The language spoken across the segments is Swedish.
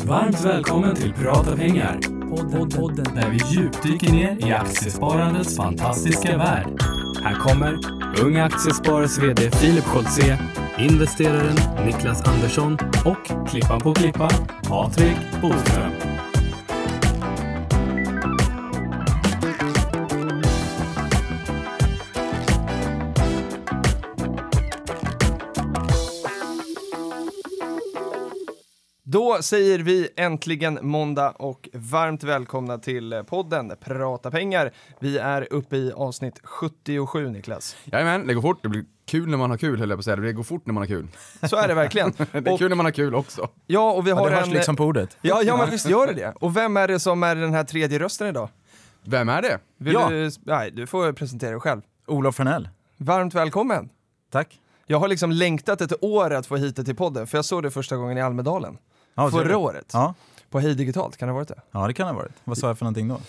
Varmt välkommen till Prata pengar. Podden där vi djupdyker ner i aktiesparandets fantastiska värld. Här kommer Unga Aktiesparares vd Filip Scholtze, investeraren Niklas Andersson och klippan på klippan Patrik Boström. Då säger vi äntligen måndag och varmt välkomna till podden Prata pengar. Vi är uppe i avsnitt 77, Niklas. Jajamän, det går fort. Det blir kul när man har kul, höll jag på att säga. Det går fort när man har kul. Så är det verkligen. Det är kul när man har kul också. Ja, och vi har det hörs liksom på ordet. Ja, men visst gör det. Och vem är det som är den här tredje rösten idag? Vem är det? Du får presentera dig själv. Olof Fernell. Varmt välkommen. Tack. Jag har liksom längtat ett år att få hit till podden, för jag såg det första gången i Almedalen. Ja, förra året. Ja. På Hej Digitalt, kan det ha varit det? Ja, det kan det ha varit. Vad sa jag för någonting då?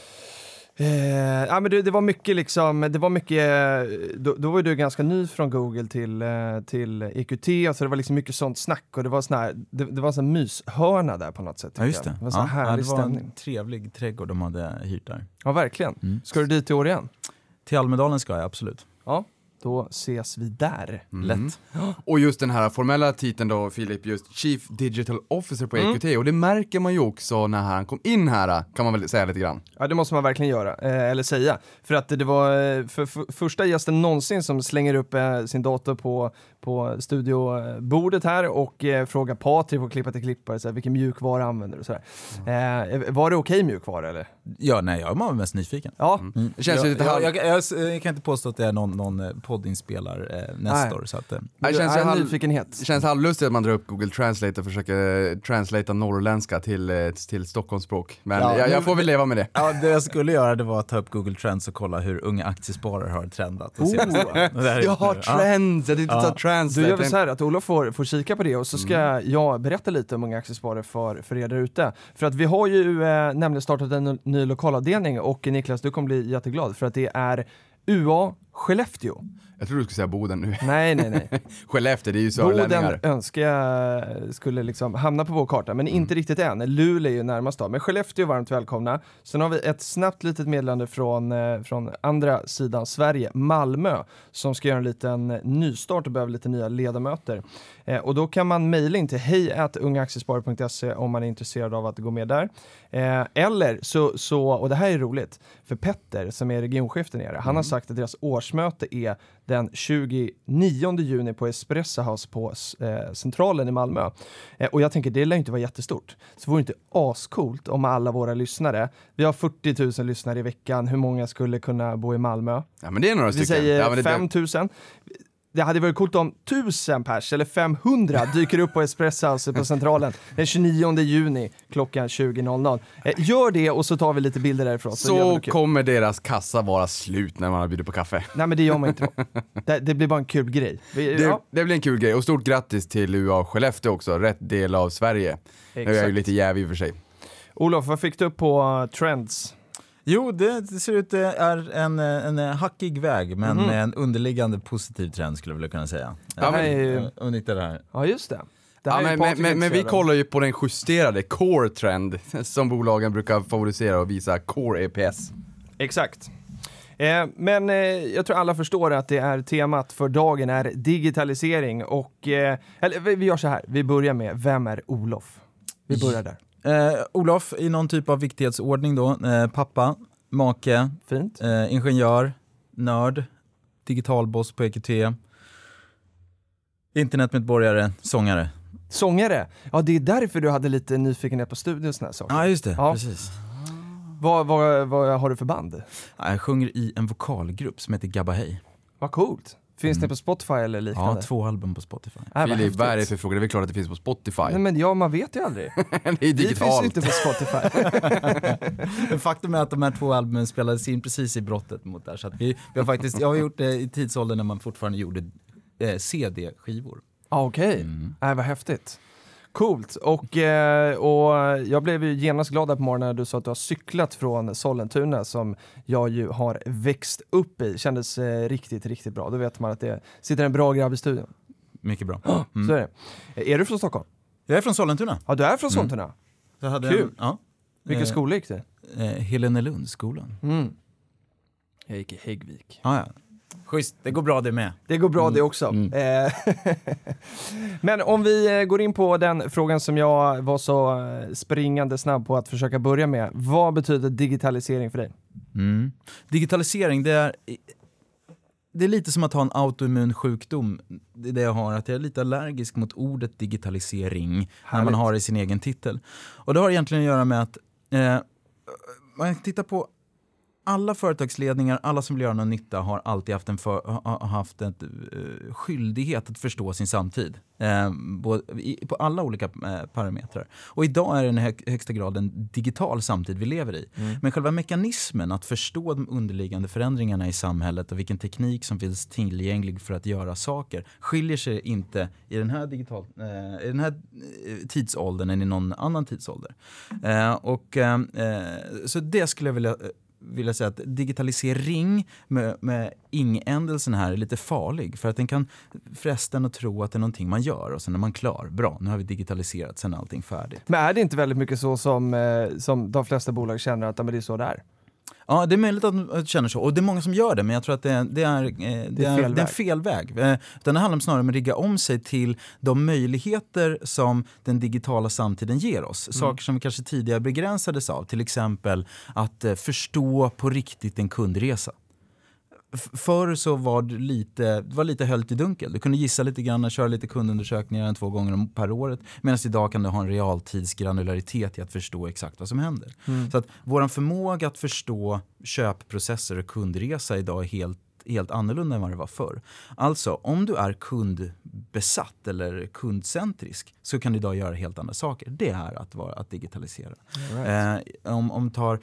Ja, men det var mycket liksom, då var du ganska ny från Google till EQT, och så det var liksom mycket sånt snack, och det var sån myshörna där på något sätt. Ja, just det. Det var så härlig det var stämning. en trevlig trädgård de hade hyrt där. Ja, verkligen. Ska du dit i år igen? Till Almedalen ska jag, absolut. Ja, då ses vi där. Lätt. Och just den här formella titeln då, Filip, just Chief Digital Officer på EQT. Och det märker man ju också när han kom in här, kan man väl säga lite grann. Ja, det måste man verkligen göra, eller säga. För att det var för första gästen någonsin som slänger upp sin dator på studiobordet här och frågar Patrik på Klippa till Klippare så här, vilken mjukvara använder du? Så här. Var det okej mjukvara eller? Ja, nej, jag var mest nyfiken. Ja. Det känns lite jag kan inte påstå att det är någon poddinspelar nästa år. Så att, det känns nyfikenhet. Det känns halvlustigt att man drar upp Google Translate och försöker translata norrländska till Stockholmsspråk. Men jag får väl leva med det. Ja, det jag skulle göra det var att ta upp Google Trends och kolla hur unga aktiesparare har trendat. Jag har trends, jag inte translate. Du gör väl så här att Olof får kika på det, och så ska jag berätta lite om unga aktiesparare för er där ute. För att vi har ju nämligen startat en ny lokalavdelning, och Niklas, du kommer bli jätteglad för att det är UA Skellefteå. Jag tror du skulle säga Boden nu. Nej. Skellefteå, det är ju sörlänningar. Boden önskar jag skulle liksom hamna på vår karta, men inte riktigt än. Luleå är ju närmast då. Men Skellefteå är varmt välkomna. Sen har vi ett snabbt litet meddelande från andra sidan Sverige, Malmö, som ska göra en liten nystart och behöver lite nya ledamöter. Och då kan man mejla in till hej@ungaaktiesparare.se om man är intresserad av att gå med där. Eller så, och det här är roligt, för Petter som är regionchef där nere, han har sagt att deras årsmöte är den 29 juni på Espresso House på centralen i Malmö. Och jag tänker, det lär inte vara jättestort. Så vore det inte ascoolt om alla våra lyssnare, vi har 40 000 lyssnare i veckan, hur många skulle kunna bo i Malmö? Ja, men det är några stycken. Vi säger ja, 5 000. Det hade varit coolt om 1000 pers eller 500 dyker upp på Espresso House på centralen den 29 juni klockan 20.00. Gör det, och så tar vi lite bilder därifrån. Så kommer deras kassa vara slut när man har bjudit på kaffe. Nej, men det gör man inte då. Det blir bara en kul grej. Det blir en kul grej. Och stort grattis till UA Skellefteå också. Rätt del av Sverige. Exakt. Nu är jag ju lite jävig i för sig. Olof, vad fick du upp på Trends? Jo, det ser ut att det är en hackig väg, men med en underliggande positiv trend skulle jag vilja kunna säga. Ja, men undvikta det här. Ja, just det. Men vi kollar ju på den justerade core trend som bolagen brukar favorisera och visa core EPS. Exakt. Men jag tror alla förstår att det är temat för dagen är digitalisering, och eller vi gör så här. Vi börjar med, vem är Olof? Vi börjar där. Olof i någon typ av viktighetsordning då. Pappa, make, fint. Ingenjör, nörd, digitalboss på EQT, internetmedborgare, sångare. Sångare? Ja, det är därför du hade lite nyfikenhet på studion och såna här saker. Ja, just det. Ja. Precis. Vad har du för band? Jag sjunger i en vokalgrupp som heter Gabba Hej. Vad coolt. Finns det på Spotify eller liknande? Ja, 2 album på Spotify. Filip, vad är det för fråga? Det är väl klart att det finns på Spotify. Nej, men man vet ju aldrig. Det är digitalt. Det finns inte på Spotify. Faktum är att de här 2 albumen spelades in precis i brottet mot där. Så att vi har faktiskt, jag har gjort det i tidsåldern när man fortfarande gjorde CD-skivor. Okej. Vad häftigt. Coolt. Och jag blev ju genast glad på morgonen när du sa att du har cyklat från Sollentuna, som jag ju har växt upp i. Kändes riktigt, riktigt bra. Då vet man att det sitter en bra grabb i studion. Mycket bra. Så är det. Är du från Stockholm? Jag är från Sollentuna. Ja, du är från Sollentuna. Jag hade Kul. Ja. Vilken skola gick det? Helenelundsskolan. Jag gick i Häggvik. Ja. Schysst, det går bra det med. Det går bra det också. Men om vi går in på den frågan som jag var så springande snabb på att försöka börja med. Vad betyder digitalisering för dig? Digitalisering, det är lite som att ha en autoimmun sjukdom. Det är det jag har, att jag är lite allergisk mot ordet digitalisering när man har det i sin egen titel. Och det har egentligen att göra med att man tittar på alla företagsledningar, alla som vill göra någon nytta har alltid haft en skyldighet att förstå sin samtid. På alla olika parametrar. Och idag är det i högsta grad en digital samtid vi lever i. Men själva mekanismen att förstå de underliggande förändringarna i samhället och vilken teknik som finns tillgänglig för att göra saker skiljer sig inte i den här tidsåldern än i någon annan tidsålder. Så det skulle jag vilja säga att digitalisering med ing-ändelsen här är lite farlig, för att den kan fresta att tro att det är någonting man gör och sen är man klar. Bra, nu har vi digitaliserat, sen är allting färdigt. Men är det inte väldigt mycket så som de flesta bolag känner att det är så där? Ja, det är möjligt att du känner så. Och det är många som gör det, men jag tror att det är en fel väg. Utan det handlar snarare om att rigga om sig till de möjligheter som den digitala samtiden ger oss. Saker som vi kanske tidigare begränsades av. Till exempel att förstå på riktigt en kundresa. Förr så var det lite höljt i dunkel. Du kunde gissa lite grann, köra lite kundundersökningar 2 gånger per året. Medan idag kan du ha en realtidsgranularitet i att förstå exakt vad som händer. Så att vår förmåga att förstå köpprocesser och kundresa idag är helt annorlunda än vad det var förr. Alltså, om du är kundbesatt eller kundcentrisk så kan du idag göra helt andra saker. Det är att digitalisera. Right. Om tar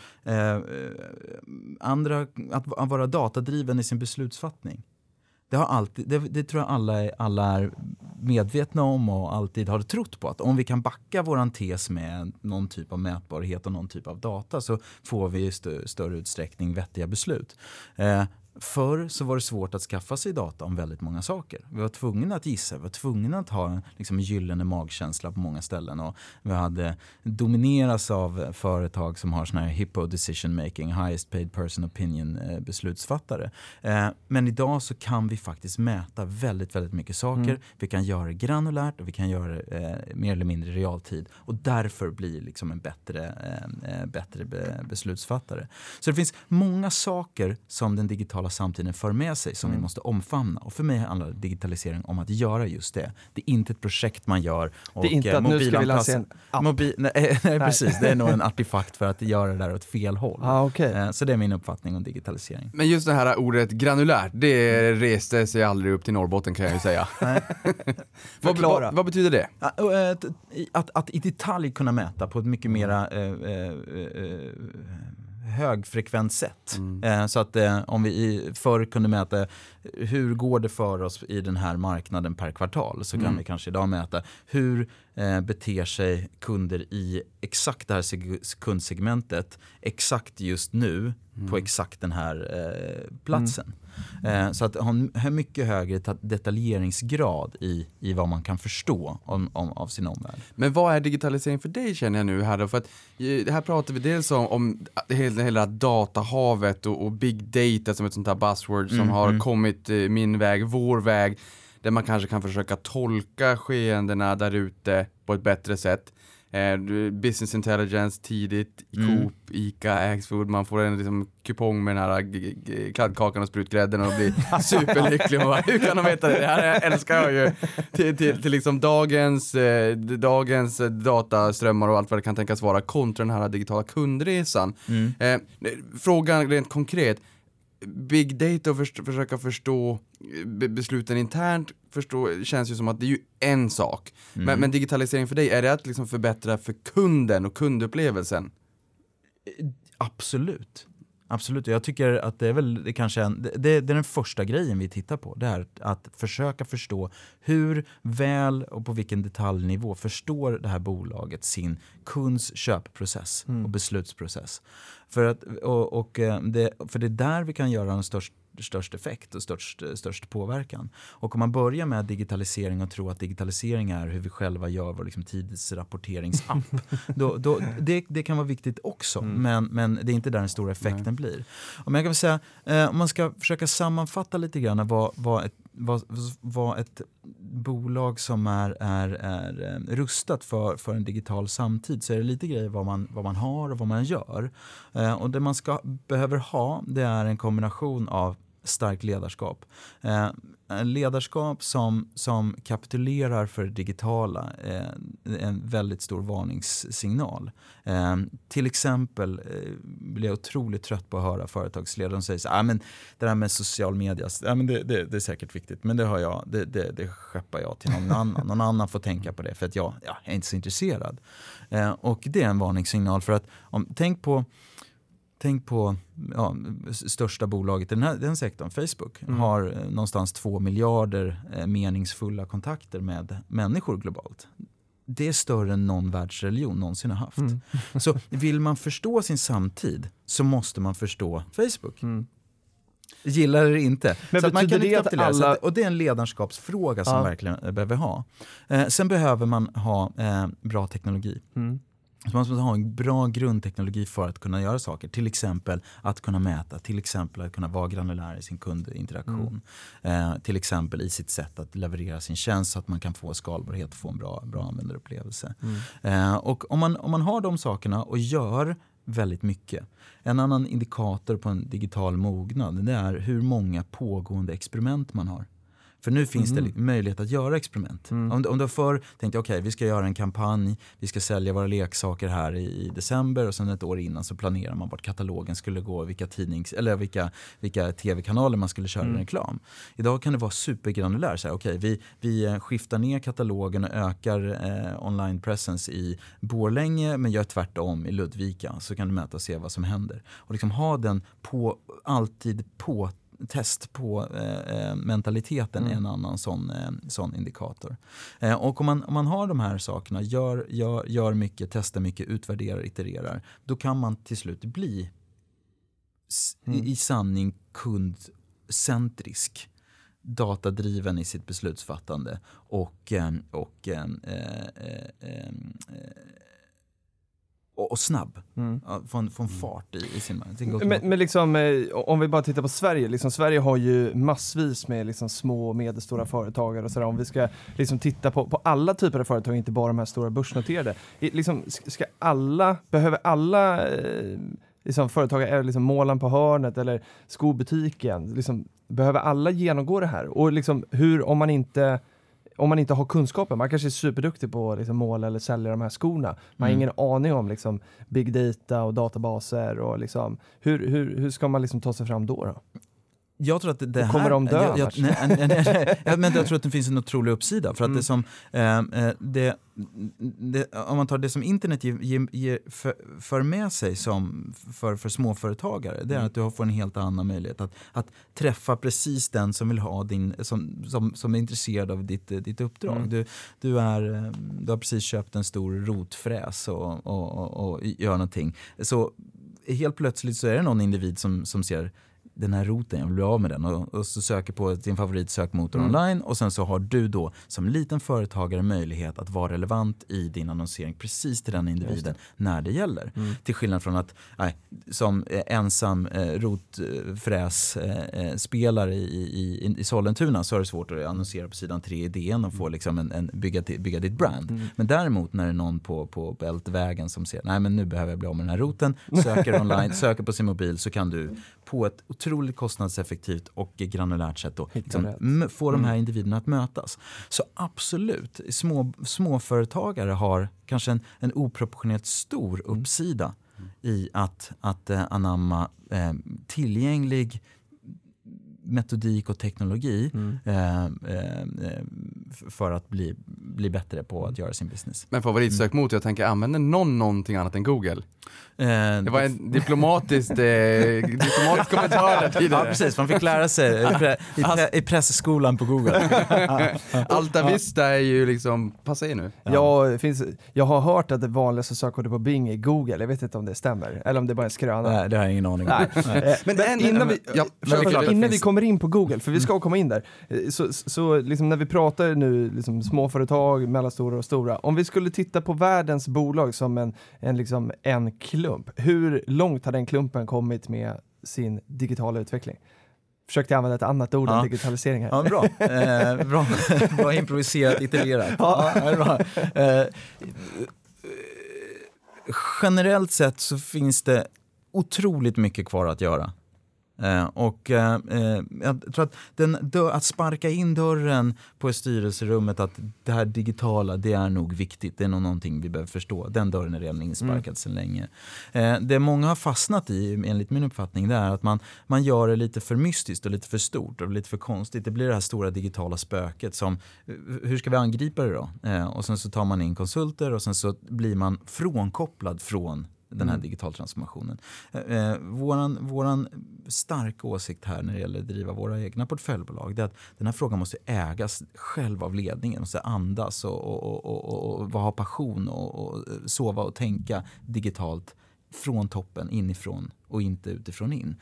att vara datadriven i sin beslutsfattning. Det tror jag alla är medvetna om och alltid har trott på, att om vi kan backa våran tes med någon typ av mätbarhet och någon typ av data så får vi i större utsträckning vettiga beslut. Förr så var det svårt att skaffa sig data om väldigt många saker. Vi var tvungna att gissa, vi var tvungna att ha en gyllene magkänsla på många ställen, och vi hade domineras av företag som har såna här hippo decision making, highest paid person opinion beslutsfattare. Men idag så kan vi faktiskt mäta väldigt, väldigt mycket saker. Vi kan göra det granulärt och vi kan göra det mer eller mindre i realtid, och därför blir liksom en bättre beslutsfattare. Så det finns många saker som den digitala samtiden för med sig som vi måste omfamna. Och för mig handlar digitalisering om att göra just det. Det är inte ett projekt man gör. Och det är inte att nu ska vi lansera en app. Nej, precis. Det är nog en artefakt för att göra det där åt fel håll. Okay. Så det är min uppfattning om digitalisering. Men just det här ordet granulärt, det reste sig aldrig upp till Norrbotten, kan jag ju säga. Vad betyder det? Att i detalj kunna mäta på ett mycket mera högfrekvent sätt. Så att om vi förr kunde mäta hur går det för oss i den här marknaden per kvartal, så kan vi kanske idag mäta hur beter sig kunder i exakt det här kundsegmentet exakt just nu på exakt den här platsen. Så att ha en mycket högre detaljeringsgrad i vad man kan förstå av sin omvärld. Men vad är digitalisering för dig, känner jag nu här då? För att här pratar vi dels om hela datahavet och big data som ett sånt här buzzword som har kommit min väg, vår väg, där man kanske kan försöka tolka skeendena där ute på ett bättre sätt. Business intelligence tidigt, Coop, Ica, Axfood, man får en liksom kupong med den här kladdkakan och sprutgrädden och blir superlycklig. Och bara, hur kan de veta det? Det här älskar jag ju. Till liksom dagens dataströmmar och allt vad det kan tänkas vara kontra den här digitala kundresan. Frågan rent konkret, big data och försöka förstå besluten internt känns ju som att det är ju en sak. Men digitalisering för dig, är det att liksom förbättra för kunden och kundupplevelsen? Absolut. Jag tycker att det är väl det är den första grejen vi tittar på. Det är att försöka förstå hur väl och på vilken detaljnivå förstår det här bolaget sin kunds köpprocess och beslutsprocess. För det är där vi kan göra den störst effekt och störst påverkan. Och om man börjar med digitalisering och tror att digitalisering är hur vi själva gör vår liksom tidsrapporteringsapp, då det kan vara viktigt också, men det är inte där den stora effekten blir. Om jag kan säga, om man ska försöka sammanfatta lite grann vad ett bolag som är rustat för en digital samtid, så är det lite grejer vad man har och vad man gör. Och det man behöver ha, det är en kombination av starkt ledarskap. Ledarskap som kapitulerar för det digitala är en väldigt stor varningssignal. Till exempel blir jag otroligt trött på att höra företagsledare som säger så här, men det där med social media, men det är säkert viktigt, men det har jag, det skeppar jag till någon annan. Någon annan får tänka på det för att jag är inte så intresserad. Och det är en varningssignal, för att tänk på största bolaget i den sektorn, Facebook, har någonstans 2 miljarder meningsfulla kontakter med människor globalt. Det är större än någon världsreligion någonsin har haft. Så vill man förstå sin samtid så måste man förstå Facebook. Gillar det inte. Men så att man kan det att alla... och det är en ledarskapsfråga som verkligen behöver ha. Sen behöver man ha bra teknologi. Så man måste ha en bra grundteknologi för att kunna göra saker. Till exempel att kunna mäta, till exempel att kunna vara granulär i sin kundinteraktion. Till exempel i sitt sätt att leverera sin tjänst så att man kan få skalbarhet och få en bra användarupplevelse. Och om man har de sakerna och gör väldigt mycket. En annan indikator på en digital mognad, det är hur många pågående experiment man har. För nu finns det möjlighet att göra experiment. Om du har förr tänkt okej, vi ska göra en kampanj, vi ska sälja våra leksaker här i december, och sen ett år innan så planerar man vart katalogen skulle gå, vilka tv-kanaler man skulle köra reklam. Idag kan det vara supergranulär. Så här, okej, vi skiftar ner katalogen och ökar online presence i Borlänge, men gör tvärtom i Ludvika, så kan du mäta och se vad som händer. Och liksom ha den alltid på test på mentaliteten är en annan sån indikator. Och om man har de här sakerna, gör mycket, testar mycket, utvärderar, itererar, då kan man till slut bli i sanning kundcentrisk, datadriven i sitt beslutsfattande och snabb. Få en fart i sin men liksom, om vi bara tittar på Sverige, liksom, Sverige har ju massvis med liksom små och medelstora företagare och sådär. Om vi ska liksom titta på alla typer av företag, inte bara de här stora börsnoterade, liksom, behöver alla liksom, företagare, liksom Målan på hörnet eller skobutiken, liksom, behöver alla genomgå det här? Och liksom, om man inte har kunskapen, man kanske är superduktig på liksom måla eller sälja de här skorna. Man har ingen aning om liksom big data och databaser och liksom, hur ska man liksom ta sig fram då? Jag tror att det här... Kommer de dö? Men jag tror att det finns en otrolig uppsida. För att det som... om man tar det som internet för med sig för småföretagare, det är att du får en helt annan möjlighet att träffa precis den som vill ha som är intresserad av ditt uppdrag. Du har precis köpt en stor rotfräs och gör någonting. Så helt plötsligt så är det någon individ som ser den här roten, jag vill bli av med den, och så söker på din favoritsökmotor online, och sen så har du då som liten företagare möjlighet att vara relevant i din annonsering precis till den individen när det gäller. Till skillnad från att som ensam rotfräs-spelare i Sollentuna så är det svårt att annonsera på sidan 3 i DN och få liksom bygga ditt brand. Men däremot när det är någon på Bältvägen som ser, nej men nu behöver jag bli av med den här roten, söker online, söker på sin mobil, så kan du på ett otroligt kostnadseffektivt och granulärt sätt då, liksom, få de här individerna att mötas. Så absolut, småföretagare har kanske en oproportionellt stor uppsida i att anamma tillgänglig metodik och teknologi för att bli bli bättre på att göra sin business. Men favoritsökmotor, jag tänker, använder någonting annat än Google? Det var en diplomatisk kommentar där tidigare. Ja, precis. Man fick lära sig i pressskolan på Google. Alta Vista är ju liksom passé nu. Jag har hört att det vanligaste sökordet på Bing är Google. Jag vet inte om det stämmer. Eller om det bara är en skröna. Nej, det har jag ingen aning om. Men innan vi kommer in på Google, för vi ska komma in där. Så liksom när vi pratar nu liksom småföretag, mellanstora och stora. Om vi skulle titta på världens bolag som en klump. Hur långt har den klumpen kommit med sin digitala utveckling? Försökte använda ett annat ord än digitalisering här. Ja, bra. Bra improviserat, itererat. Bra. Generellt sett så finns det otroligt mycket kvar att göra. Jag tror att att sparka in dörren på styrelserummet, att det här digitala, det är nog viktigt, det är nog någonting vi behöver förstå. Den dörren är redan insparkad sedan länge. Det många har fastnat i, enligt min uppfattning, det är att man gör det lite för mystiskt och lite för stort och lite för konstigt. Det blir det här stora digitala spöket som, hur ska vi angripa det då? Och sen så tar man in konsulter och sen så blir man frånkopplad från den här digital transformationen. Våran starka åsikt här när det gäller att driva våra egna portföljbolag, det är att den här frågan måste ägas själv av ledningen, måste andas och ha passion och sova och tänka digitalt från toppen, inifrån och inte utifrån in.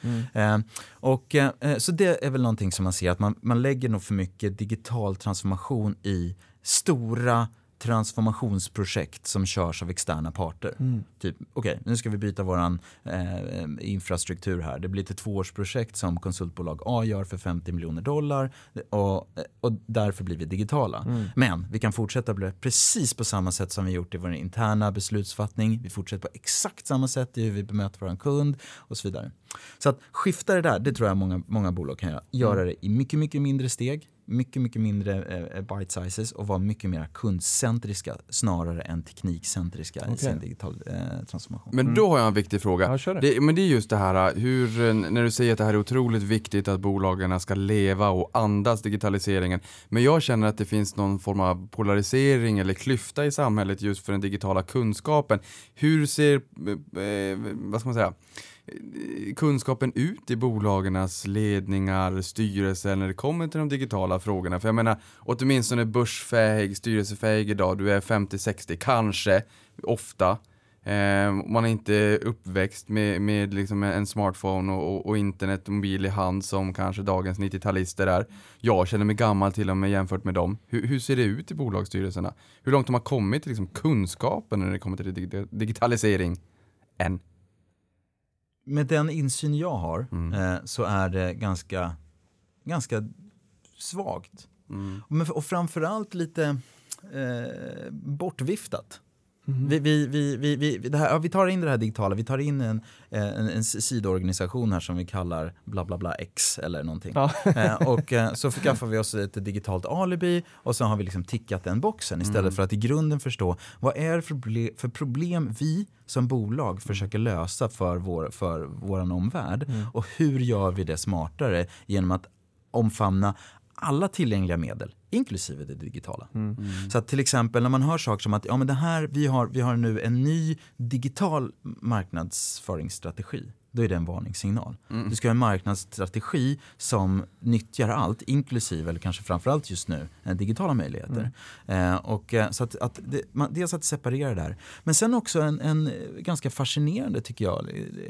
Så det är väl någonting som man ser, att man lägger nog för mycket digital transformation i stora transformationsprojekt som körs av externa parter. Typ, okej, nu ska vi byta våran infrastruktur här. Det blir ett 2-årsprojekt som konsultbolag A gör för $50 miljoner och därför blir vi digitala. Men vi kan fortsätta bli precis på samma sätt som vi gjort i vår interna beslutsfattning. Vi fortsätter på exakt samma sätt i hur vi bemöter våran kund och så vidare. Så att skifta det där, det tror jag många bolag kan göra det i mycket, mycket mindre steg. Mycket mindre bite sizes och vara mycket mer kundcentriska snarare än teknikcentriska i sin digital transformation. Men då har jag en viktig fråga. Ja, Men det är just det här, när du säger att det här är otroligt viktigt att bolagen ska leva och andas digitaliseringen. Men jag känner att det finns någon form av polarisering eller klyfta i samhället just för den digitala kunskapen. Hur ser, vad ska man säga, kunskapen ut i bolagens ledningar, styrelser när det kommer till de digitala frågorna? För jag menar, åtminstone börsfähig, styrelsefähig idag, du är 50-60, kanske, ofta. Man är inte uppväxt med liksom en smartphone och internet och mobil i hand som kanske dagens 90-talister är. Jag känner mig gammal till och med jämfört med dem. Hur ser det ut i bolagsstyrelserna? Hur långt har man kommit till liksom kunskapen när det kommer till digitalisering än? Med den insyn jag har så är det ganska svagt. Och framförallt lite bortviftat. Vi tar in det här digitala, vi tar in en sidoorganisation här som vi kallar bla bla bla X eller någonting. Och så förskaffar vi oss ett digitalt alibi och så har vi liksom tickat den boxen istället för att i grunden förstå vad är det för problem vi som bolag försöker lösa för våran omvärld och hur gör vi det smartare genom att omfamna alla tillgängliga medel, inklusive det digitala. Så att till exempel när man hör saker som att men det här, vi har nu en ny digital marknadsföringsstrategi, då är det en varningssignal. Du ska ha en marknadsstrategi som nyttjar allt, inklusive eller kanske framförallt just nu digitala möjligheter. Så att dels att separera där. Men sen också en ganska fascinerande, tycker jag,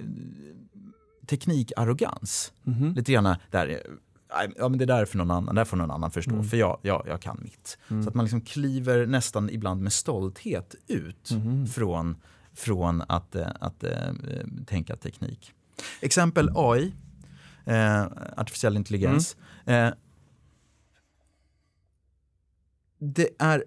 teknikarrogans. Lite grann där. Ja, men det där är för någon annan, där får någon annan förstå, för jag kan mitt. Så att man liksom kliver nästan ibland med stolthet ut från att tänka teknik. Exempel AI, artificiell intelligens. Det är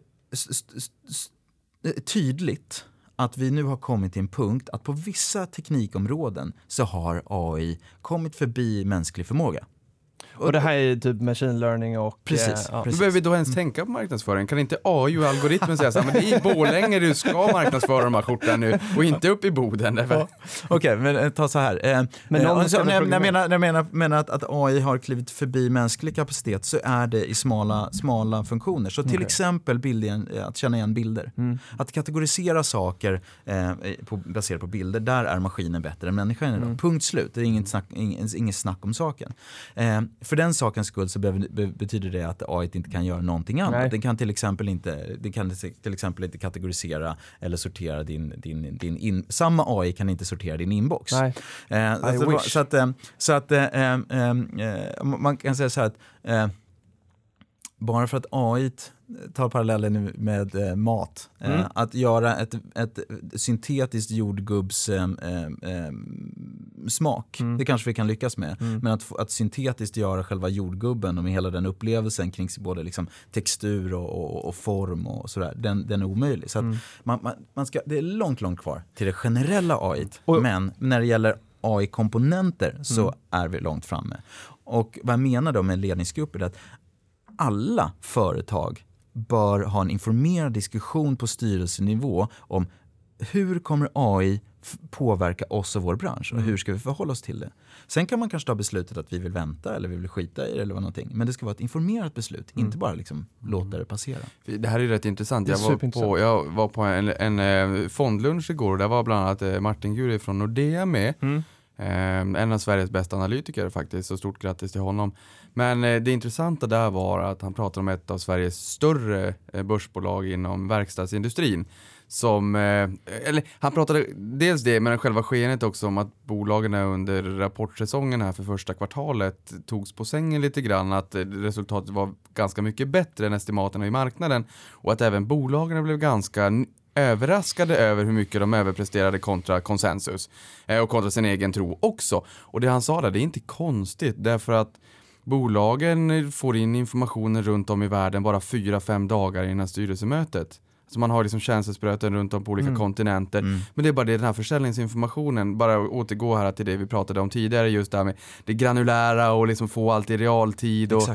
tydligt att vi nu har kommit till en punkt att på vissa teknikområden så har AI kommit förbi mänsklig förmåga. Och det här är typ machine learning och... Precis. Hur behöver vi då ens tänka på marknadsföring? Kan inte AI och algoritmen säga så här, men det är i Borlänge du ska marknadsföra de här korten nu och inte upp i Boden? Okej, men ta så här. När jag menar att AI har klivit förbi mänsklig kapacitet så är det i smala funktioner. Så till exempel att känna igen bilder. Att kategorisera saker baserat på bilder, där är maskinen bättre än människan idag. Punkt slut. Det är inget snack om saken. För den sakens skull så betyder det att AI inte kan göra någonting annat. Den kan till exempel inte kategorisera eller sortera samma AI kan inte sortera din inbox. Så att man kan säga så här att bara för att AI tar parallellen med mat. Att göra ett syntetiskt jordgubbs smak. Det kanske vi kan lyckas med. Men att syntetiskt göra själva jordgubben och med hela den upplevelsen kring både liksom textur och form och sådär, den är omöjlig. Så att det är långt kvar till det generella AI. Men när det gäller AI-komponenter så är vi långt framme. Och vad jag menar då med ledningsgrupper är att alla företag bör ha en informerad diskussion på styrelsenivå om hur kommer AI påverka oss och vår bransch och hur ska vi förhålla oss till det. Sen kan man kanske ta beslutet att vi vill vänta eller vi vill skita i det eller vad någonting. Men det ska vara ett informerat beslut, inte bara liksom låta det passera. Det här är rätt intressant. Jag var på en fondlunch igår och där var bland annat Martin Guri från Nordea med. En av Sveriges bästa analytiker faktiskt, så stort grattis till honom. Men det intressanta där var att han pratade om ett av Sveriges större börsbolag inom verkstadsindustrin. Han pratade dels det, men själva skenet också om att bolagen under rapportsäsongen här för första kvartalet togs på sängen lite grann, att resultatet var ganska mycket bättre än estimaterna i marknaden och att även bolagen blev ganska överraskade över hur mycket de överpresterade kontra konsensus och kontra sin egen tro också. Och det han sa där, det är inte konstigt därför att bolagen får in informationen runt om i världen bara 4-5 dagar innan styrelsemötet. Så man har liksom känselspröten runt om på olika kontinenter. Men det är bara det, den här försäljningsinformationen, bara återgå här till det vi pratade om tidigare, just det här med det granulära och liksom få allt i realtid och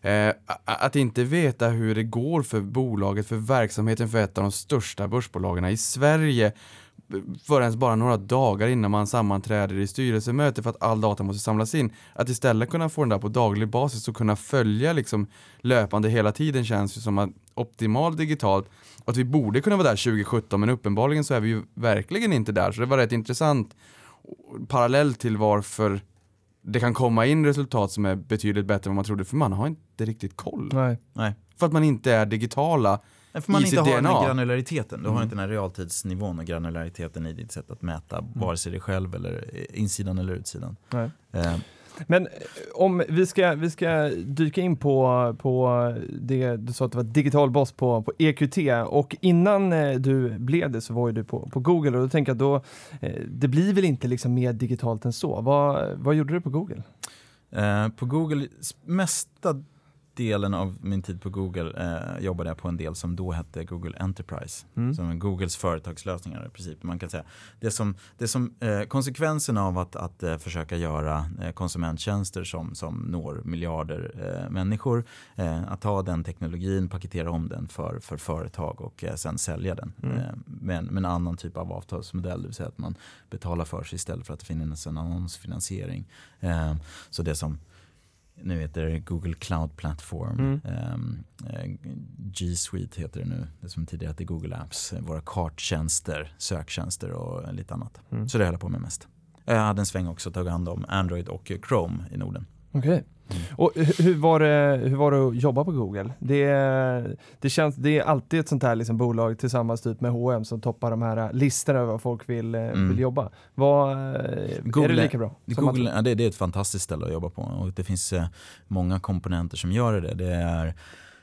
att inte veta hur det går för bolaget, för verksamheten för ett av de största börsbolagen i Sverige förrän bara några dagar innan man sammanträder i styrelsemöte för att all data måste samlas in. Att istället kunna få den där på daglig basis och kunna följa liksom löpande hela tiden känns ju som att optimalt digitalt. Och att vi borde kunna vara där 2017 men uppenbarligen så är vi ju verkligen inte där. Så det var rätt intressant parallell till varför det kan komma in resultat som är betydligt bättre än vad man trodde, för man har inte riktigt koll. Nej. För att man inte är digitala. För man inte har den här granulariteten. Du har inte den här realtidsnivån och granulariteten i ditt sätt att mäta vare sig dig själv eller insidan eller utsidan. Nej. Men om vi ska dyka in på det du sa att det var digital boss på EQT, och innan du blev det så var ju du på Google, och då tänker jag det blir väl inte liksom mer digitalt än så. Vad gjorde du på Google? På Google, mesta delen av min tid på Google jobbade jag på en del som då hette Google Enterprise, som Googles företagslösningar i princip. Man kan säga det som konsekvensen av att försöka göra konsumenttjänster som når miljarder människor, att ta den teknologin, paketera om den för företag och sen sälja den med en annan typ av avtalsmodell, det vill säga att man betalar för sig istället för att det finns en annonsfinansiering. Så det som nu heter det Google Cloud Platform. G Suite heter det nu. Det som tidigare hette Google Apps. Våra karttjänster, söktjänster och lite annat. Så det höll jag på med mest. Jag hade en sväng också, tagit hand om Android och Chrome i Norden. Okej. Och hur var det att jobba på Google? Det är alltid ett sånt här liksom bolag tillsammans typ med H&M som toppar de här listorna över vad folk vill jobba. Är det lika bra? Google, det är ett fantastiskt ställe att jobba på, och det finns många komponenter som gör det.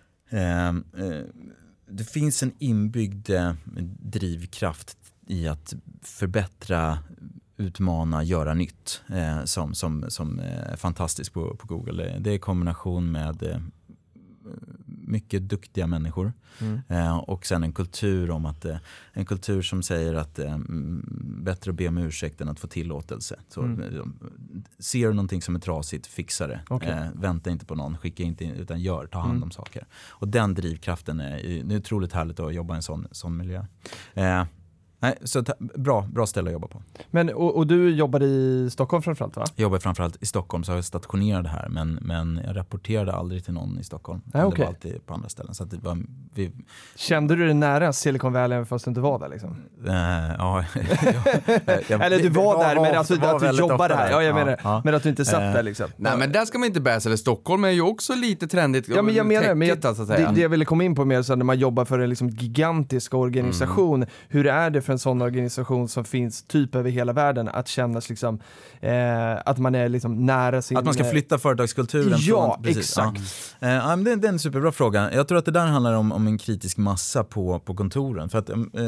Det finns en inbyggd drivkraft i att förbättra, utmana, göra nytt som är fantastiskt på Google. Det är kombination mycket duktiga människor. Och sen en kultur om att en kultur som säger att bättre att be om ursäkt än att få tillåtelse. Så, ser du någonting som är trasigt, fixa det. Vänta inte på någon, skicka inte in, utan ta hand om saker. Och den drivkraften det är otroligt härligt att jobba i en sån miljö. Nej, så bra ställe att jobba på. Men, och du jobbar i Stockholm framförallt, va? Jag jobbar framförallt i Stockholm, så jag stationerade här. Men jag rapporterade aldrig till någon i Stockholm. Okay. Det var alltid på andra ställen. Så att det var, Kände du dig nära Silicon Valley fast du inte var där liksom? Ja. Eller du var där, men alltså att du jobbar här. Ja, jag menar, men att du inte satt där liksom. Nej, men där ska man inte bäsa. Stockholm är ju också lite trendigt. Ja, men jag menar, det jag ville komma in på mer så när man jobbar för en liksom gigantisk organisation. Hur är det för en sån organisation som finns typ över hela världen att kännas liksom att man är liksom nära sin... Att man ska flytta företagskulturen. Ja, från, precis, exakt. Ja. Det är en superbra fråga. Jag tror att det där handlar om en kritisk massa på kontoren. För att,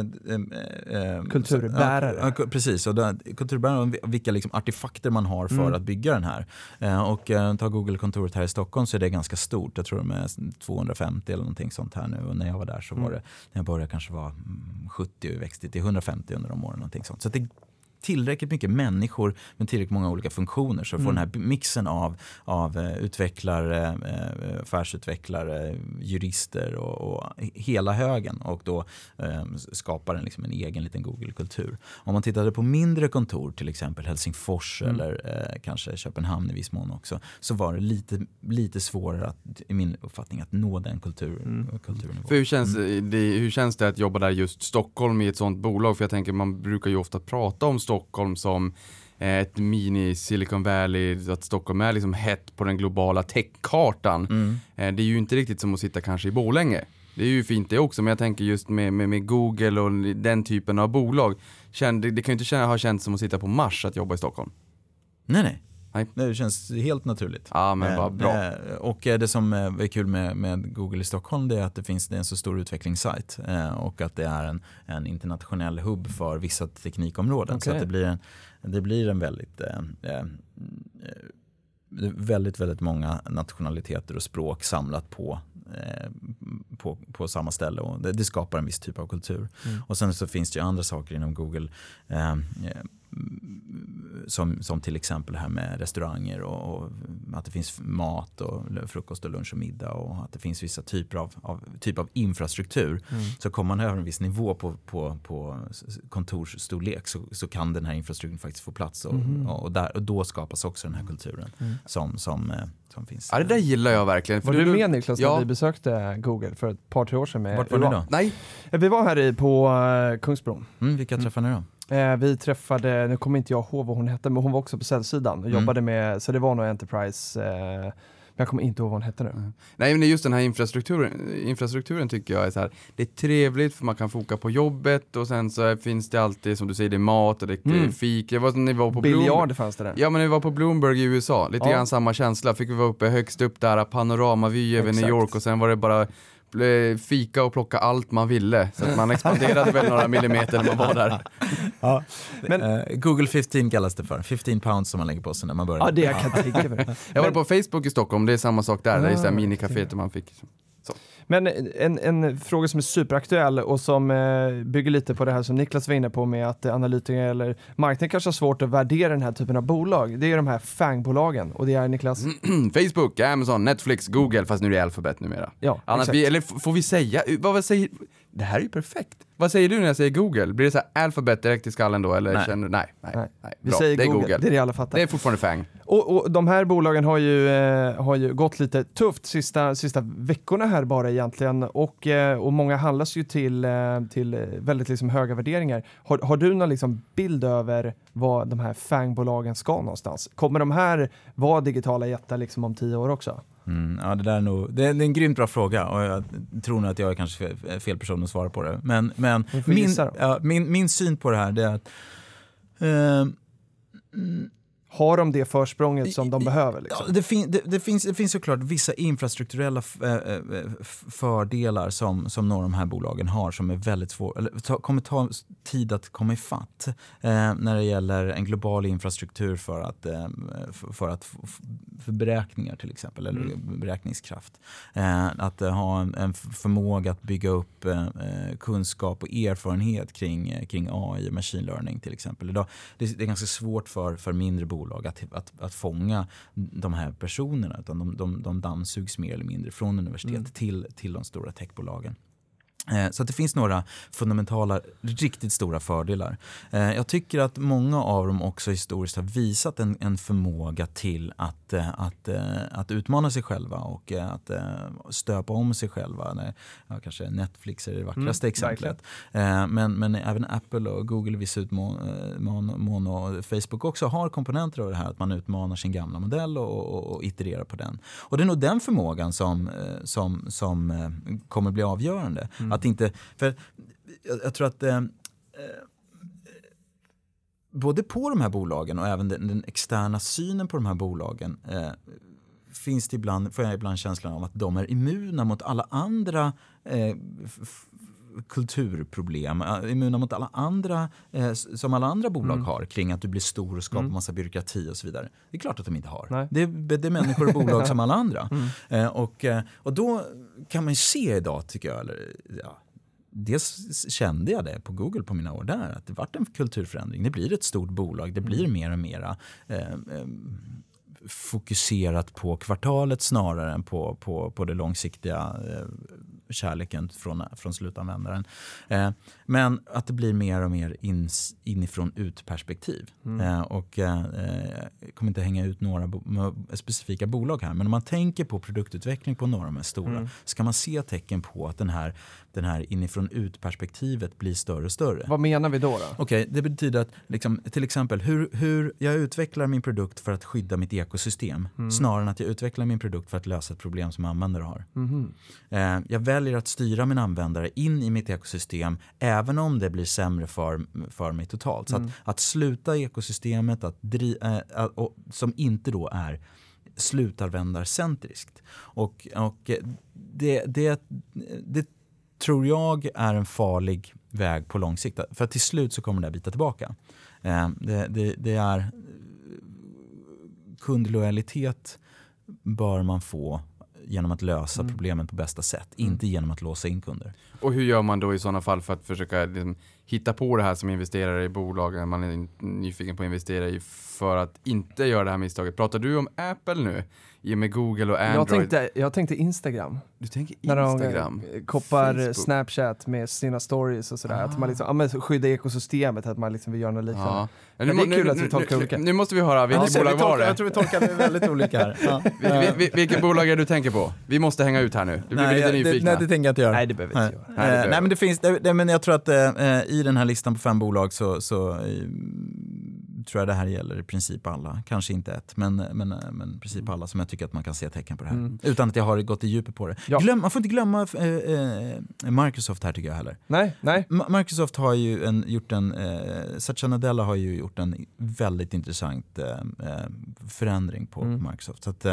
kulturbärare. Precis, och kulturbärare och vilka liksom artefakter man har för att bygga den här. Och ta Google-kontoret här i Stockholm så är det ganska stort. Jag tror de är 250 eller någonting sånt här nu. Och när jag var där så var det, när jag började kanske var 70 och växte till 150 under de åren. Någonting sånt. Så att det tillräckligt mycket människor med tillräckligt många olika funktioner så får den här mixen av utvecklare, affärsutvecklare, jurister och hela högen, och då skapar den liksom en egen liten Google-kultur. Om man tittade på mindre kontor, till exempel Helsingfors eller kanske Köpenhamn i viss mån också, så var det lite svårare att, i min uppfattning, att nå den kulturnivån. För hur känns det att jobba där just Stockholm i ett sånt bolag? För jag tänker, man brukar ju ofta prata om Stockholm som ett mini Silicon Valley, att Stockholm är liksom hett på den globala techkartan. Det är ju inte riktigt som att sitta kanske i Borlänge. Det är ju fint det också, men jag tänker just med Google och den typen av bolag. Det kan ju inte ha känts som att sitta på Mars att jobba i Stockholm. Nej. Det känns helt naturligt. Ja, men vad bra. Och det som är kul med Google i Stockholm, det är att det är en så stor utvecklingssajt och att det är en internationell hubb för vissa teknikområden. Så att det blir en väldigt många nationaliteter och språk samlat på samma ställe, och det skapar en viss typ av kultur. Och sen så finns det ju andra saker inom Google som till exempel det här med restauranger och att det finns mat och frukost och lunch och middag, och att det finns vissa typer av infrastruktur. Så kommer man över en viss nivå på kontorsstorlek så kan den här infrastrukturen faktiskt få plats och då skapas också den här kulturen som finns. Ja, det där gillar jag verkligen. Var du med, Niklas, när vi besökte Google för ett par, 3 år sedan med Vart var ni då? Nej. Vi var här på Kungsbron. Vilka träffade ni då? Vi träffade, nu kommer inte jag ihåg vad hon hette, men hon var också på säljsidan och jobbade med, så det var nog Enterprise, men jag kommer inte ihåg vad hon hette nu. Nej, men just den här infrastrukturen tycker jag är så här, det är trevligt för man kan foka på jobbet, och sen så finns det alltid, som du säger, det är mat och det är fik. Det var som när vi var på Biljard fanns det där. Ja, men när vi var på Bloomberg i USA, lite grann samma känsla. Fick vi vara uppe högst upp där, panoramavy över New York, och sen var det bara fika och plocka allt man ville, så att man expanderade väl några millimeter när man var där. Ja. Men Google 15 kallas det för. 15 pounds som man lägger på sig när man börjar. Ja, det jag kan tänka mig. Jag var på Facebook i Stockholm, det är samma sak där. Det är så här minikaféet där man fick. Så. Men en fråga som är superaktuell och som bygger lite på det här som Niklas var inne på, med att analytiker eller marknaden kanske har svårt att värdera den här typen av bolag. Det är de här FANG-bolagen, och det är, Niklas? Facebook, Amazon, Netflix, Google, fast nu är det Alphabet numera. Ja, annars eller får vi säga, vad säger, det här är ju perfekt. Vad säger du när jag säger Google? Blir det så här Alphabet direkt i skallen då? Eller nej. Känner du? Nej. Vi bra. säger det är Google. Det är det alla fattar. Det är fortfarande FANG. Och de här bolagen har ju gått lite tufft sista veckorna här bara egentligen, och många handlas ju till väldigt liksom höga värderingar. Har du någon liksom bild över vad de här FANG-bolagen ska någonstans? Kommer de här vara digitala jättar liksom om 10 år också? Ja, det där är nog, det är en grymt bra fråga, och jag tror nog att jag är kanske fel person att svara på det. Men min syn på det här, det är att har de det försprånget som de behöver? Liksom? Ja, det finns såklart vissa infrastrukturella fördelar som några av de här bolagen har som är väldigt svåra, eller kommer ta tid att komma ifatt när det gäller en global infrastruktur för beräkningar till exempel, eller beräkningskraft. Att ha en förmåga att bygga upp kunskap och erfarenhet kring AI och machine learning till exempel. Idag, det är ganska svårt för mindre bolag att fånga de här personerna, utan de dammsugs mer eller mindre från universitet till de stora techbolagen. Så att det finns några fundamentala, riktigt stora fördelar. Jag tycker att många av dem också historiskt har visat en förmåga till att utmana sig själva och att stöpa om sig själva. Kanske Netflix är det vackraste exemplet. Men även Apple och Google i viss mån och Facebook också har komponenter av det här, att man utmanar sin gamla modell och itererar på den. Och det är nog den förmågan som kommer bli avgörande. Att inte, för jag tror att både på de här bolagen och även den externa synen på de här bolagen finns det får jag ibland känslan av att de är immuna mot alla andra kulturproblem, immuna mot alla andra som alla andra bolag har kring att du blir stor och skapar massa byråkrati och så vidare. Det är klart att de inte har. Det är människor och bolag som alla andra. Och då kan man ju se idag, tycker jag, dels kände jag det på Google på mina år där, att det varit en kulturförändring. Det blir ett stort bolag, det blir mer och mera fokuserat på kvartalet snarare än på det långsiktiga kärleken från slutanvändaren. Men att det blir mer och mer inifrån ut-perspektiv. Och jag kommer inte hänga ut några specifika bolag här, men om man tänker på produktutveckling på några av de stora så kan man se tecken på att den här inifrån ut-perspektivet blir större och större. Vad menar vi då? Okej, det betyder att till exempel hur jag utvecklar min produkt för att skydda mitt ekosystem snarare än att jag utvecklar min produkt för att lösa ett problem som användare har. Jag väljer att styra min användare in i mitt ekosystem även om det blir sämre för mig totalt. Så att sluta ekosystemet som inte då är slutanvändarcentriskt. Och det tror jag är en farlig väg på lång sikt. För att till slut så kommer det att bita tillbaka. Det är kundlojalitet bör man få genom att lösa problemen på bästa sätt. Inte genom att låsa in kunder. Och hur gör man då i sådana fall för att försöka hitta på det här som investerare i bolag man är nyfiken på att investera i för att inte göra det här misstaget? Pratar du om Apple nu? I och med Google och Android? Jag tänkte Instagram. Du tänker Instagram? När de koppar Snapchat med sina stories och sådär. Att man liksom skyddar ekosystemet, att man liksom vill göra något liknande. Ja. Men det är kul att vi tolkar olika. Nu måste vi höra, vilket bolag var det? Jag tror vi tolkar väldigt olika här. Vilket bolag är du tänker på? Vi måste hänga ut här nu. Du blir lite nyfikna. Nej, det tänker jag inte göra. Nej, det behöver inte göra. Nej, men det finns, men jag tror att i den här listan på 5 bolag så tror jag det här gäller i princip alla. Kanske inte ett, men i princip alla som jag tycker att man kan se tecken på det här. Utan att jag har gått i djupet på det. Ja. Man får inte glömma Microsoft här tycker jag heller. Nej. Microsoft har ju Satya Nadella har ju gjort en väldigt intressant förändring på Microsoft. Så att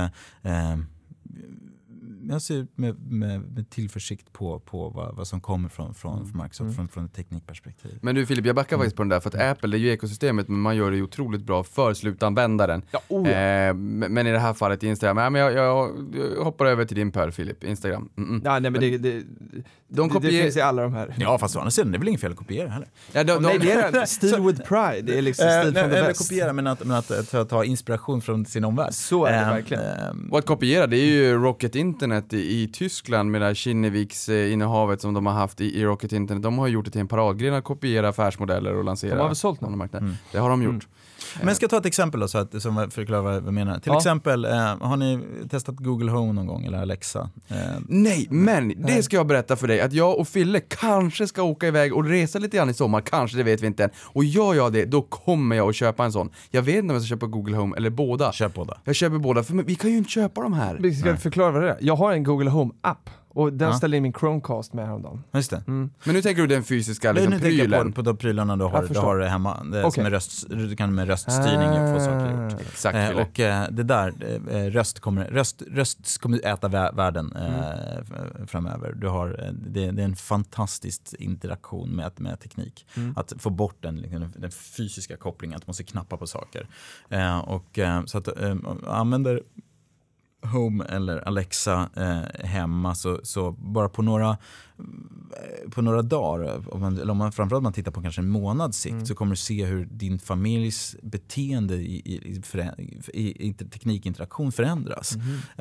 jag ser med tillförsikt på vad som kommer från Microsoft från ett teknikperspektiv. Men du Filip, jag backar faktiskt på den där, för att Apple är ju ekosystemet, men man gör det ju otroligt bra för slutanvändaren. Men i det här fallet Instagram, men jag hoppar över till din pöl Filip, Instagram. Ja, nej, men det finns i alla de här. Ja, fast å andra sidan, det är väl ingen fel att kopiera heller. Ja, det är Steal with pride, det är liksom stil från det bäst. Kopiera, men att ta inspiration från sin omvärld. Så är det verkligen. Och att kopiera, det är ju Rocket Internet i Tyskland med det här Kinneviks innehavet som de har haft i Rocket Internet. De har gjort det till en paradgren att kopiera affärsmodeller och lansera. De har väl sålt någon marknad. Det har de gjort. Men ska jag ta ett exempel då, så att som förklarar vad jag menar. Till exempel, har ni testat Google Home någon gång eller Alexa? Nej, men det ska jag berätta för dig, att jag och Fille kanske ska åka iväg och resa lite grann i sommar, kanske, det vet vi inte än. Och gör jag det, då kommer jag att köpa en sån. Jag vet inte om jag ska köpa Google Home eller båda. Köp båda. Jag köper båda, för vi kan ju inte köpa de här. Vi ska förklara vad det är. Jag har en Google Home-app Och den ställde in min Chromecast med häromdagen. Just det. Men nu tänker du den fysiska liksom, nu tänker prylen? jag på de prylarna du har hemma. Som är du kan med röststyrning få saker gjort. Exakt. Och det där, röst kommer äta världen framöver. Det är en fantastisk interaktion med teknik. Att få bort den fysiska kopplingen, att man måste knappa på saker. Så att använder Home eller Alexa hemma så bara på några dagar, om man framförallt man tittar på kanske en månads sikt, så kommer du se hur din familjs beteende i teknikinteraktion förändras.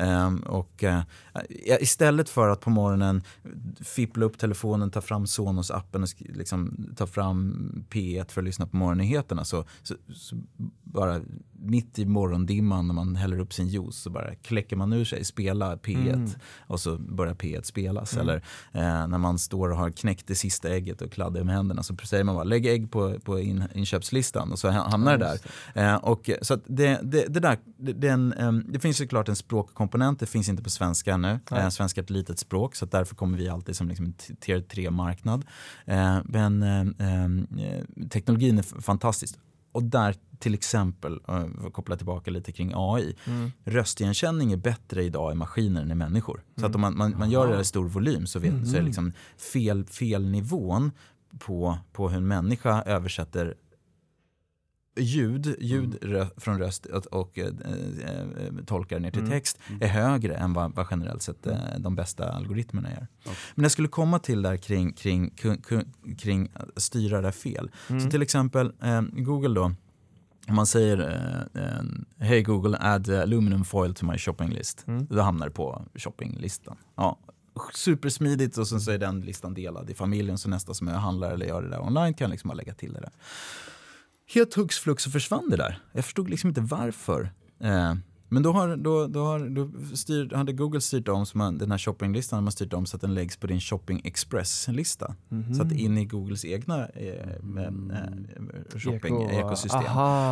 Istället för att på morgonen fippla upp telefonen, ta fram Sonos-appen och liksom ta fram P1 för att lyssna på morgonnyheterna, så bara mitt i morgondimman när man häller upp sin juice så bara kläcker man ur sig, spela P1 och så börjar P1 spelas. Eller när man står och har knäckt det sista ägget och kladdar med händerna, så säger man bara lägg ägg på inköpslistan och så hamnar det där. Och så att det finns såklart en språkkomponent, det finns inte på svenska ännu. Svenska är ett litet språk, så att därför kommer vi alltid som liksom en tier 3-marknad. Men teknologin är fantastisk. Och där till exempel, koppla tillbaka lite kring AI, röstigenkänning är bättre idag i maskiner än i människor. Så att om man gör det i stor volym så är det liksom felnivån på hur en människa översätter ljud från röst och tolkar ner till text är högre än vad generellt sett de bästa algoritmerna gör. Men jag skulle komma till där kring styra det fel. Så till exempel Google då, om man säger hej Google, add aluminum foil to my shopping list. Då hamnar det på shoppinglistan. Ja, supersmidigt, och så är den listan delad i familjen, så nästa som jag handlar eller gör det där online kan liksom bara lägga till det där. Helt hux flux så försvann det där. Jag förstod liksom inte varför. Men då hade Google styrt om den här shoppinglistan, har man styrt om så att den läggs på din Shopping Express-lista. Så att in i Googles egna shopping-ekosystem.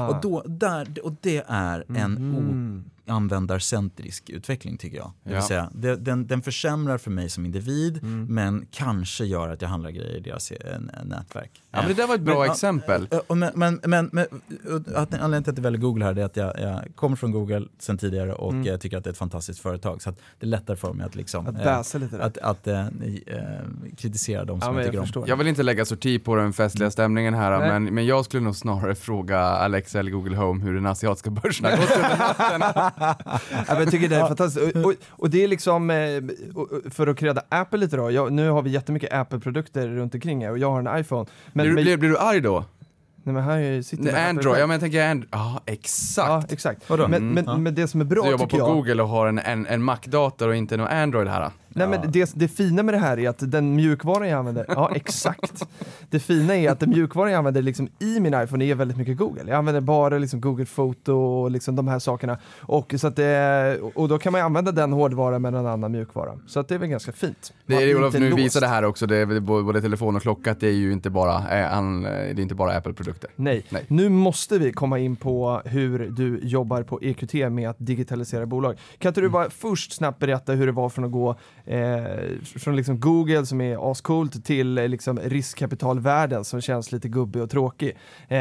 Och det är en användarcentrisk utveckling, tycker jag. Det vill säga, den försämrar för mig som individ, men kanske gör att jag handlar grejer i deras nätverk. Ja, men det där var ett bra exempel. Men anledningen till att jag väljer Google här är att jag kommer från Google sen tidigare och jag tycker att det är ett fantastiskt företag, så att det är lättare för mig att liksom att kritisera dem som jag tycker om. Jag vill inte lägga sorti på den festliga stämningen här, men jag skulle nog snarare fråga Alexa eller Google Home hur den asiatiska börsen har gått under natten. Jag tycker det är fantastiskt. Och det är liksom, för att kredda Apple lite då, nu har vi jättemycket Apple-produkter runt omkring och jag har en iPhone. Blir du arg då? Nej, men här sitter Android, jag tänker Android. Ja, exakt. Ja, exakt. Men det som är bra, så jag tycker jobbar på Google och har en Mac-dator och inte någon Android här. Nej, men det fina med det här är att den mjukvaran jag använder, exakt. Det fina är att den mjukvaran jag använder liksom i min iPhone är väldigt mycket Google. Jag använder bara liksom Google Photo och liksom de här sakerna. Och då kan man använda den hårdvaran med en annan mjukvara. Så att det är väl ganska fint. Det är Olof, nu visar det här också, det är både telefon och klocka, det är ju inte bara Apple-produkter. Nej. Nu måste vi komma in på hur du jobbar på EQT med att digitalisera bolag. Kan inte du bara först snabbt berätta hur det var från att gå från liksom Google som är ascoolt till liksom riskkapitalvärlden som känns lite gubbig och tråkig.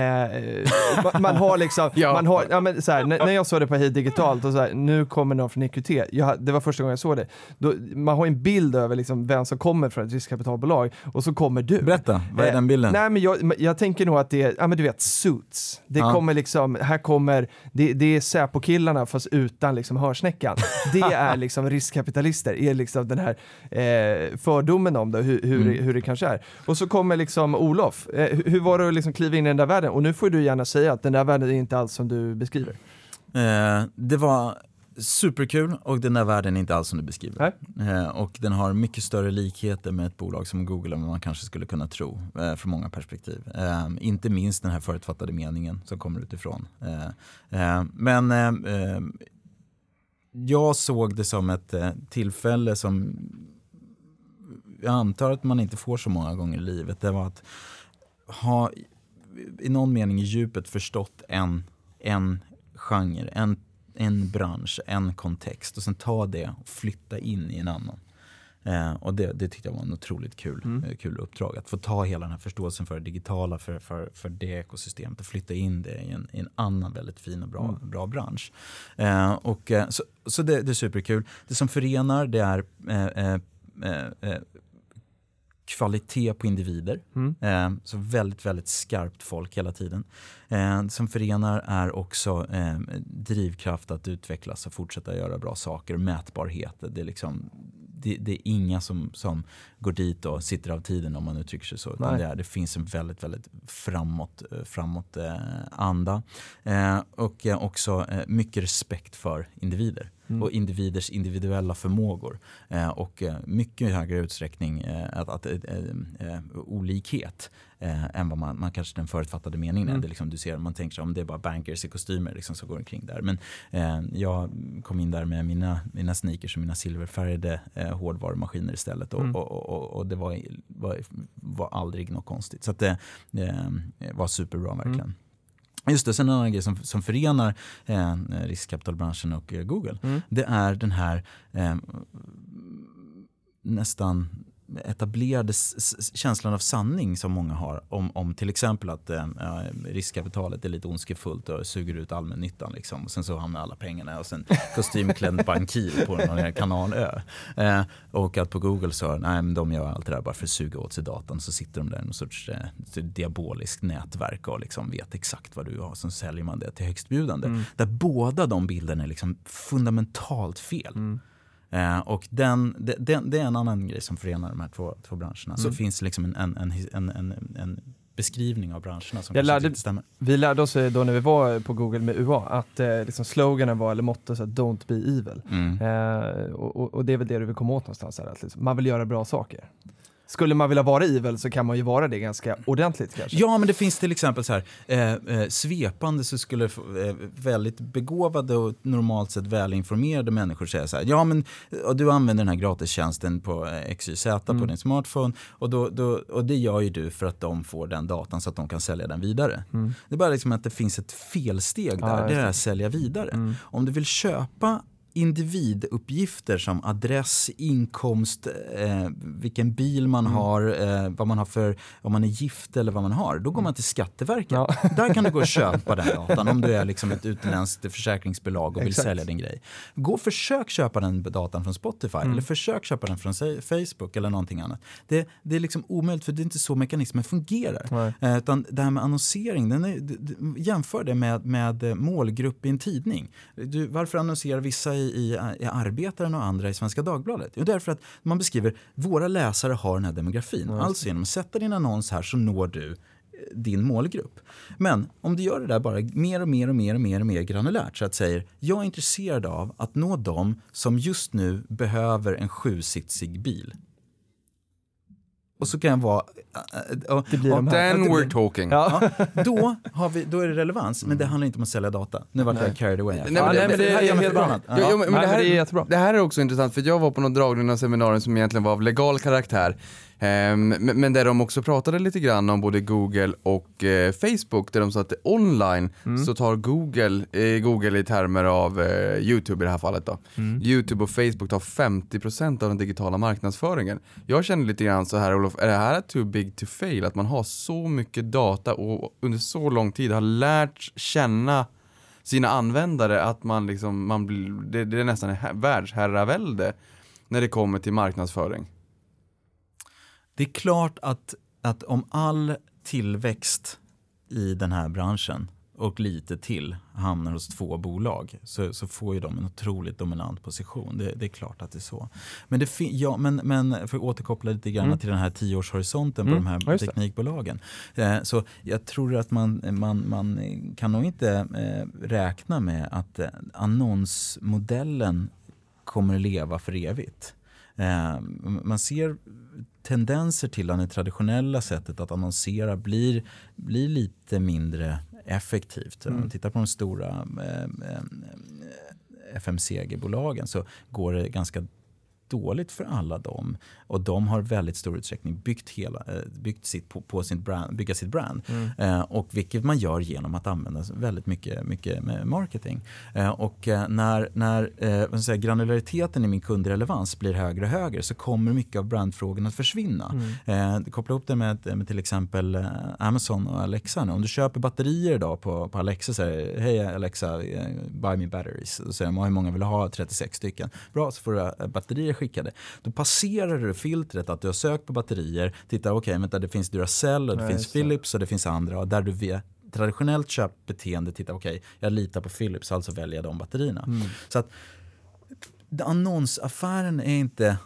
Man har liksom men så här, när jag såg det på Hej Digitalt och så här, nu kommer någon från EQT. Det var första gången jag såg det. Man har en bild över liksom vem som kommer från ett riskkapitalbolag och så kommer du. Berätta, vad är den bilden? Nej, men jag tänker nog att det är, men du vet, Suits. Det kommer liksom, här kommer det är Säpo-killarna fast utan liksom hörsnäckan. Det är liksom riskkapitalister, är liksom den här fördomen om det, hur det kanske är. Och så kommer liksom Olof. Hur var det att liksom kliva in i den där världen? Och nu får du gärna säga att den där världen är inte alls som du beskriver. Det var superkul och den där världen är inte alls som du beskriver. Och den har mycket större likheter med ett bolag som Google än vad man kanske skulle kunna tro från många perspektiv. Inte minst den här förutfattade meningen som kommer utifrån. Men jag såg det som ett tillfälle som jag antar att man inte får så många gånger i livet. Det var att ha i någon mening i djupet förstått en genre, en bransch, en kontext och sen ta det och flytta in i en annan. Och det tyckte jag var en otroligt kul uppdrag. Att få ta hela den här förståelsen för det digitala, för det ekosystemet och flytta in det i en annan väldigt fin och bra bransch. Så det är superkul. Det som förenar det är kvalitet på individer. Så väldigt, väldigt skarpt folk hela tiden. Som förenar är också drivkraft att utvecklas och fortsätta göra bra saker. Mätbarhet. Det är liksom det är inga som går dit och sitter av tiden, om man uttrycker sig så. Utan det finns en väldigt, väldigt framåt anda. Och också mycket respekt för individer. Och individers individuella förmågor. Och mycket högre utsträckning olikhet än vad man kanske den förutfattade meningen är. Det liksom, du ser, man tänker sig om det är bara bankers i kostymer liksom, som går omkring där. Men jag kom in där med mina sneakers och mina silverfärgade hårdvarumaskiner istället. Och det var aldrig något konstigt. Så att det var superbra verkligen. Just det, sen en annan grej som förenar riskkapitalbranschen och Google. Det är den här nästan etablerade känslan av sanning som många har om till exempel att riskkapitalet är lite ondskefullt och suger ut allmännyttan liksom. Och sen så hamnar alla pengarna och sen kostymklädd bankir på någon kanalö. Och att på Google så men de gör allt det där bara för att suga åt sig datan, så sitter de där i någon sorts diaboliskt nätverk och liksom vet exakt vad du har, så säljer man det till högstbjudande. Där båda de bilderna är liksom fundamentalt fel. Och det är en annan grej som förenar de här två branscherna. Så finns det liksom en beskrivning av branscherna som kanske inte stämmer. Vi lärde oss då när vi var på Google med UA att liksom sloganen var, eller mottot, att don't be evil. Och det är väl det du vill komma åt någonstans här, att liksom, man vill göra bra saker. Skulle man vilja vara evil så kan man ju vara det ganska ordentligt kanske. Ja, men det finns till exempel så här svepande, så skulle väldigt begåvade och normalt sett välinformerade människor säga så här: ja men du använder den här gratistjänsten på XYZ på din smartphone och det gör ju du för att de får den datan så att de kan sälja den vidare. Det är bara liksom att det finns ett felsteg där, det är att sälja vidare. Om du vill köpa individuppgifter som adress, inkomst, vilken bil man har, vad man har för, om man är gift eller vad man har, då går man till Skatteverket. Där kan du gå och köpa den datan om du är liksom ett utländskt försäkringsbolag och vill sälja din grej. Försök köpa den datan från Spotify eller försök köpa den från Facebook eller någonting annat. Det är liksom omöjligt, för det är inte så mekanismen fungerar. Utan det här med annonsering, jämför det med målgrupp i en tidning. Varför annonserar vissa i Arbetaren och andra i Svenska Dagbladet? Jo, därför att man beskriver våra läsare har den här demografin. Alltså genom att sätta din annons här så når du din målgrupp. Men om du gör det där bara mer granulärt, så att säger, jag är intresserad av att nå dem som just nu behöver en 7-sitsig bil. Och så kan jag vara det blir de här. Then we're talking. Då är det relevans, men det handlar inte om att sälja data. Nu vart jag carried away. Det här är också intressant, för jag var på någon dragning av seminarium som egentligen var av legal karaktär. Men där de också pratade lite grann om både Google och Facebook, där de sa att online så tar Google i termer av YouTube i det här fallet då. YouTube och Facebook tar 50% av den digitala marknadsföringen. Jag känner lite grann så här, Olof, är det här too big to fail? Att man har så mycket data och under så lång tid har lärt känna sina användare att man liksom, det är nästan världsherravälde när det kommer till marknadsföring. Det är klart att om all tillväxt i den här branschen och lite till hamnar hos 2 bolag så får ju de en otroligt dominant position. Det är klart att det är så. Men men för att återkoppla lite grann till den här 10-årshorisonten på de här teknikbolagen. Så jag tror att man kan nog inte räkna med att annonsmodellen kommer leva för evigt. Man ser tendenser till att det traditionella sättet att annonsera blir lite mindre effektivt. Om man tittar på de stora FMCG-bolagen så går det ganska dåligt för alla dem, och de har väldigt stor utsträckning byggt bygga sitt brand, och vilket man gör genom att använda väldigt mycket med marketing. Och när granulariteten i min kundrelevans blir högre och högre, så kommer mycket av brandfrågorna att försvinna. Koppla ihop det med till exempel Amazon och Alexa. Om du köper batterier idag på Alexa, så säger hej Alexa, buy me batteries. Så säger de, hur många vill ha? 36 stycken. Bra, så får du batterier skickade. Då passerar du filtret att du har sökt på batterier, tittar, vänta, det finns Duracell och det finns Philips och det finns andra, och där du via traditionellt köpbeteende tittar, jag litar på Philips, alltså väljer jag de batterierna. Så att annonsaffären är inte...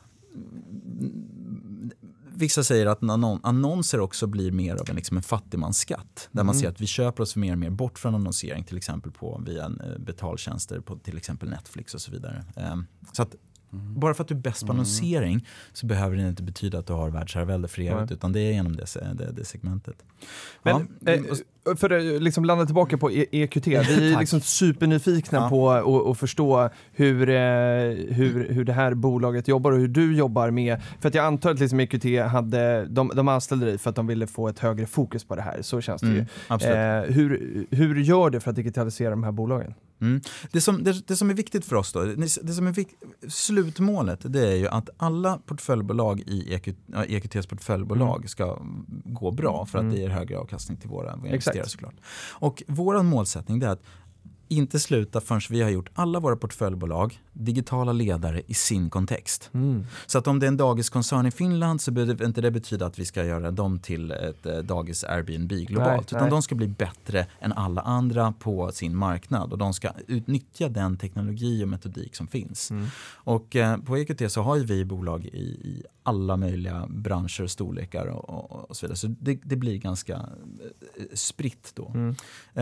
Vissa säger att annonser också blir mer av en fattigmansskatt. Där man ser att vi köper oss mer och mer bort från annonsering, till exempel via betaltjänster på till exempel Netflix och så vidare. Så att bara för att du är bäst på annonsering så behöver det inte betyda att du har världsherravälde för evigt, utan det är genom det segmentet. Men för att liksom landa tillbaka på EQT, vi är liksom supernyfikna på att förstå hur det här bolaget jobbar och hur du jobbar med, för att jag antar att liksom EQT de anställde dig för att de ville få ett högre fokus på det här, så känns det ju. Hur gör det för att digitalisera de här bolagen? Det som är viktigt för oss då, slutmålet, det är ju att alla portföljbolag i EQTs portföljbolag ska gå bra, för att det ger högre avkastning till våra investerare såklart. Och vår målsättning är att inte sluta förrän vi har gjort alla våra portföljbolag digitala ledare i sin kontext. Så att om det är en dagiskoncern i Finland, så behöver inte det betyda att vi ska göra dem till ett dagis Airbnb globalt. Utan de ska bli bättre än alla andra på sin marknad, och de ska utnyttja den teknologi och metodik som finns. Och på EQT så har ju vi bolag i alla möjliga branscher och storlekar och så vidare. Så det blir ganska spritt då.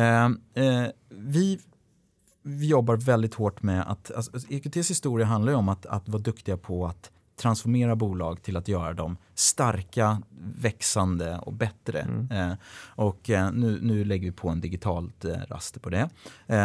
Vi jobbar väldigt hårt med att... EQTs historia handlar ju om att vara duktiga på att transformera bolag till att göra dem starka, växande och bättre. Och nu lägger vi på en digitalt raster på det.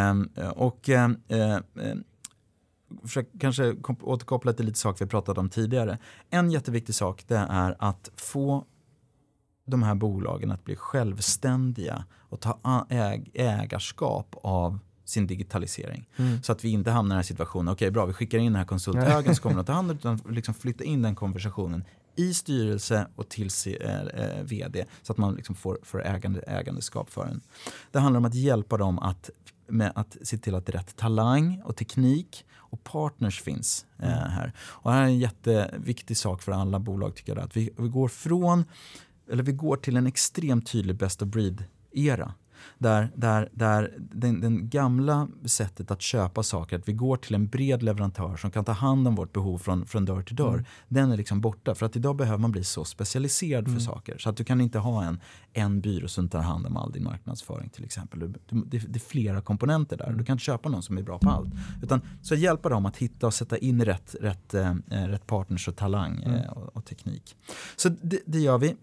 Kanske återkoppla till lite saker vi pratat om tidigare. En jätteviktig sak, det är att få de här bolagen att bli självständiga och ta ägarskap av sin digitalisering. Så att vi inte hamnar i den här situationen. Okej, bra, vi skickar in den här konsulthögen, så kommer de att ta hand om, utan liksom flytta in den konversationen i styrelse och till vd, så att man liksom får ägandeskap för den. Det handlar om att hjälpa dem att se till att det är rätt talang och teknik och partners finns här. Och det här är en jätteviktig sak för alla bolag, tycker jag, att vi går till en extremt tydlig best of breed-era. Där den gamla sättet att köpa saker, att vi går till en bred leverantör som kan ta hand om vårt behov från dörr till dörr, den är liksom borta. För att idag behöver man bli så specialiserad för saker. Så att du kan inte ha en byrå som tar hand om all din marknadsföring till exempel. Det är flera komponenter där. Du kan inte köpa någon som är bra på allt. Utan så hjälpa dem att hitta och sätta in rätt partners och talang och teknik. Så det gör vi.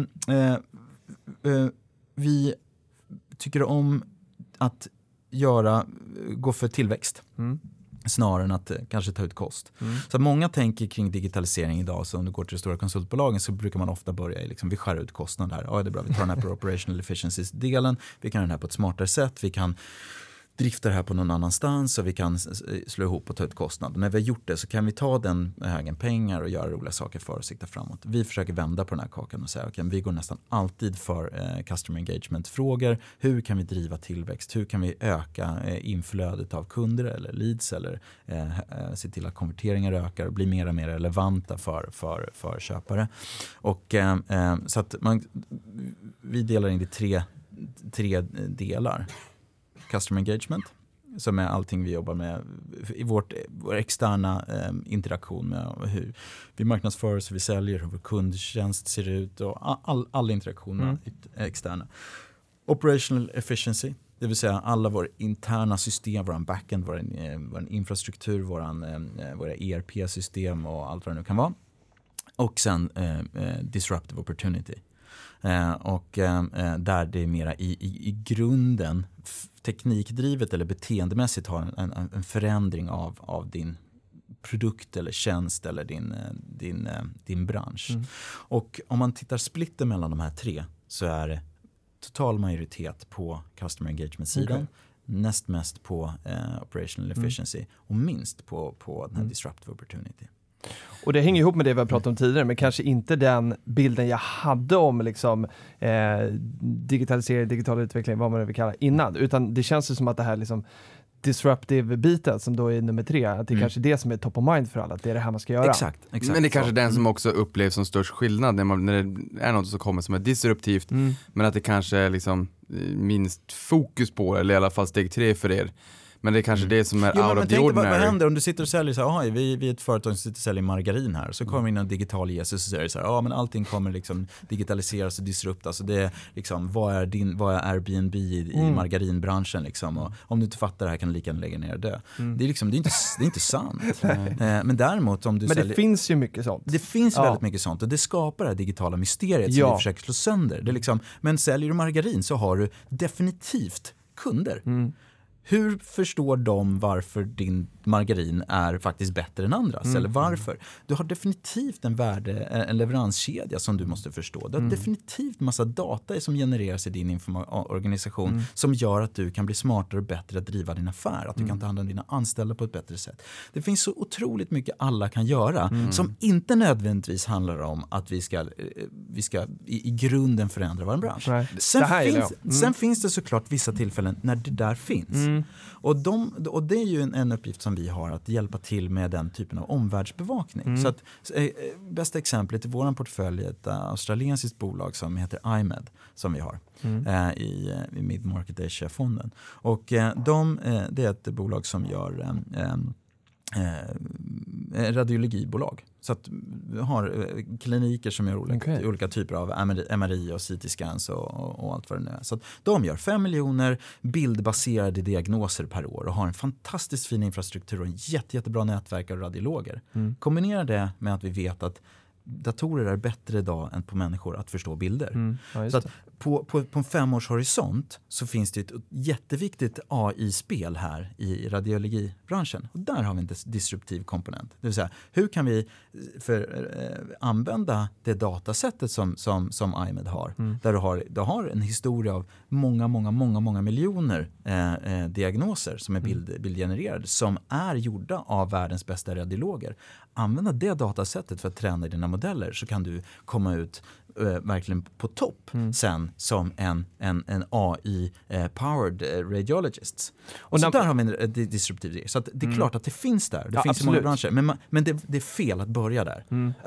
Vi tycker om att gå för tillväxt snarare än att kanske ta ut kost. Så många tänker kring digitalisering idag, så om du går till de stora konsultbolagen så brukar man ofta börja i vi skär ut kostnader. Ja, det är bra, vi tar den här på operational efficiency-delen, vi kan göra den här på ett smartare sätt, vi kan drifta det här på någon annanstans och vi kan slå ihop och ta ut kostnad. Och när vi har gjort det så kan vi ta den högen pengar och göra roliga saker för att sikta framåt. Vi försöker vända på den här kakan och säga okej, vi går nästan alltid för customer engagement-frågor. Hur kan vi driva tillväxt? Hur kan vi öka inflödet av kunder eller leads, eller se till att konverteringar ökar och blir mer och mer relevanta för köpare? Och så att vi delar in det i tre delar. Customer engagement, som är allting vi jobbar med i vår externa interaktion med hur vi marknadsför oss, hur vi säljer, hur vår kundtjänst ser ut och all interaktion med externa. Operational efficiency, det vill säga alla våra interna system, vår backend, vår infrastruktur, våra ERP-system och allt vad det nu kan vara. Och sen disruptive opportunity. Där det är mera i grunden teknikdrivet eller beteendemässigt har en förändring av din produkt eller tjänst eller din bransch. Och om man tittar splitter mellan de här 3 så är det total majoritet på customer engagement-sidan, näst mest på operational efficiency och minst på den här disruptive opportunity. Och det hänger ihop med det vi har pratat om tidigare, men kanske inte den bilden jag hade om liksom, digitalisering, digital utveckling, vad man vill kalla innan, utan det känns ju som att det här liksom disruptive biten som då är nummer 3, att det är kanske det som är top of mind för alla, att det är det här man ska göra. Exakt. Men det är kanske den som också upplevs som störst skillnad när det är något som kommer som är disruptivt, men att det kanske är liksom minst fokus på, eller i alla fall steg 3 för er. Men det är kanske det som är out of the ordinary. Vad händer om du sitter och säljer så här, vi är ett företag som sitter och säljer margarin här, så kommer in en digital Jesus och säger så här, men allting kommer liksom digitaliseras och disruptas, och det är liksom, vad är Airbnb i margarinbranschen liksom, och om du inte fattar det här kan du lika gärna lägga ner det. Det är liksom, det är inte sant. Men däremot om du säljer... det finns ju mycket sånt. Det finns väldigt mycket sånt, och det skapar det här digitala mysteriet som vi försöker slå sönder. Det är liksom, men säljer du margarin så har du definitivt kunder. Hur förstår de varför din margarin är faktiskt bättre än andras? Eller varför? Du har definitivt en leveranskedja som du måste förstå. Du har definitivt massa data som genereras i din organisation som gör att du kan bli smartare och bättre att driva din affär. Att du kan ta hand om dina anställda på ett bättre sätt. Det finns så otroligt mycket alla kan göra som inte nödvändigtvis handlar om att vi ska i grunden förändra vår bransch. Sen finns det såklart vissa tillfällen när det där finns. Och det är ju en uppgift som vi har, att hjälpa till med den typen av omvärldsbevakning. Så att bästa exemplet i våran portfölj är ett australiensiskt bolag som heter iMed som vi har i Mid-Market Asia-fonden. Och det är ett bolag som gör radiologibolag. Så att vi har kliniker som gör olika typer av MRI och CT-scans och allt vad det nu är. Så att de gör 5 miljoner bildbaserade diagnoser per år och har en fantastiskt fin infrastruktur och en jättebra nätverk av radiologer. Kombinera det med att vi vet att datorer är bättre idag än på människor att förstå bilder. Så att på en 5-årshorisont så finns det ett jätteviktigt AI-spel här i radiologibranschen. Och där har vi en disruptiv komponent. Det vill säga, hur kan vi använda det datasättet som iMed har? Där du har en historia av många miljoner diagnoser som är bildgenererade, som är gjorda av världens bästa radiologer. Använda det datasättet för att träna dina modeller, så kan du komma ut verkligen på topp sen som en AI-powered radiologist. Och så där har vi en disruptiv idé. Så att det är klart att det finns där. Det finns i många branscher. Men det är fel att börja där.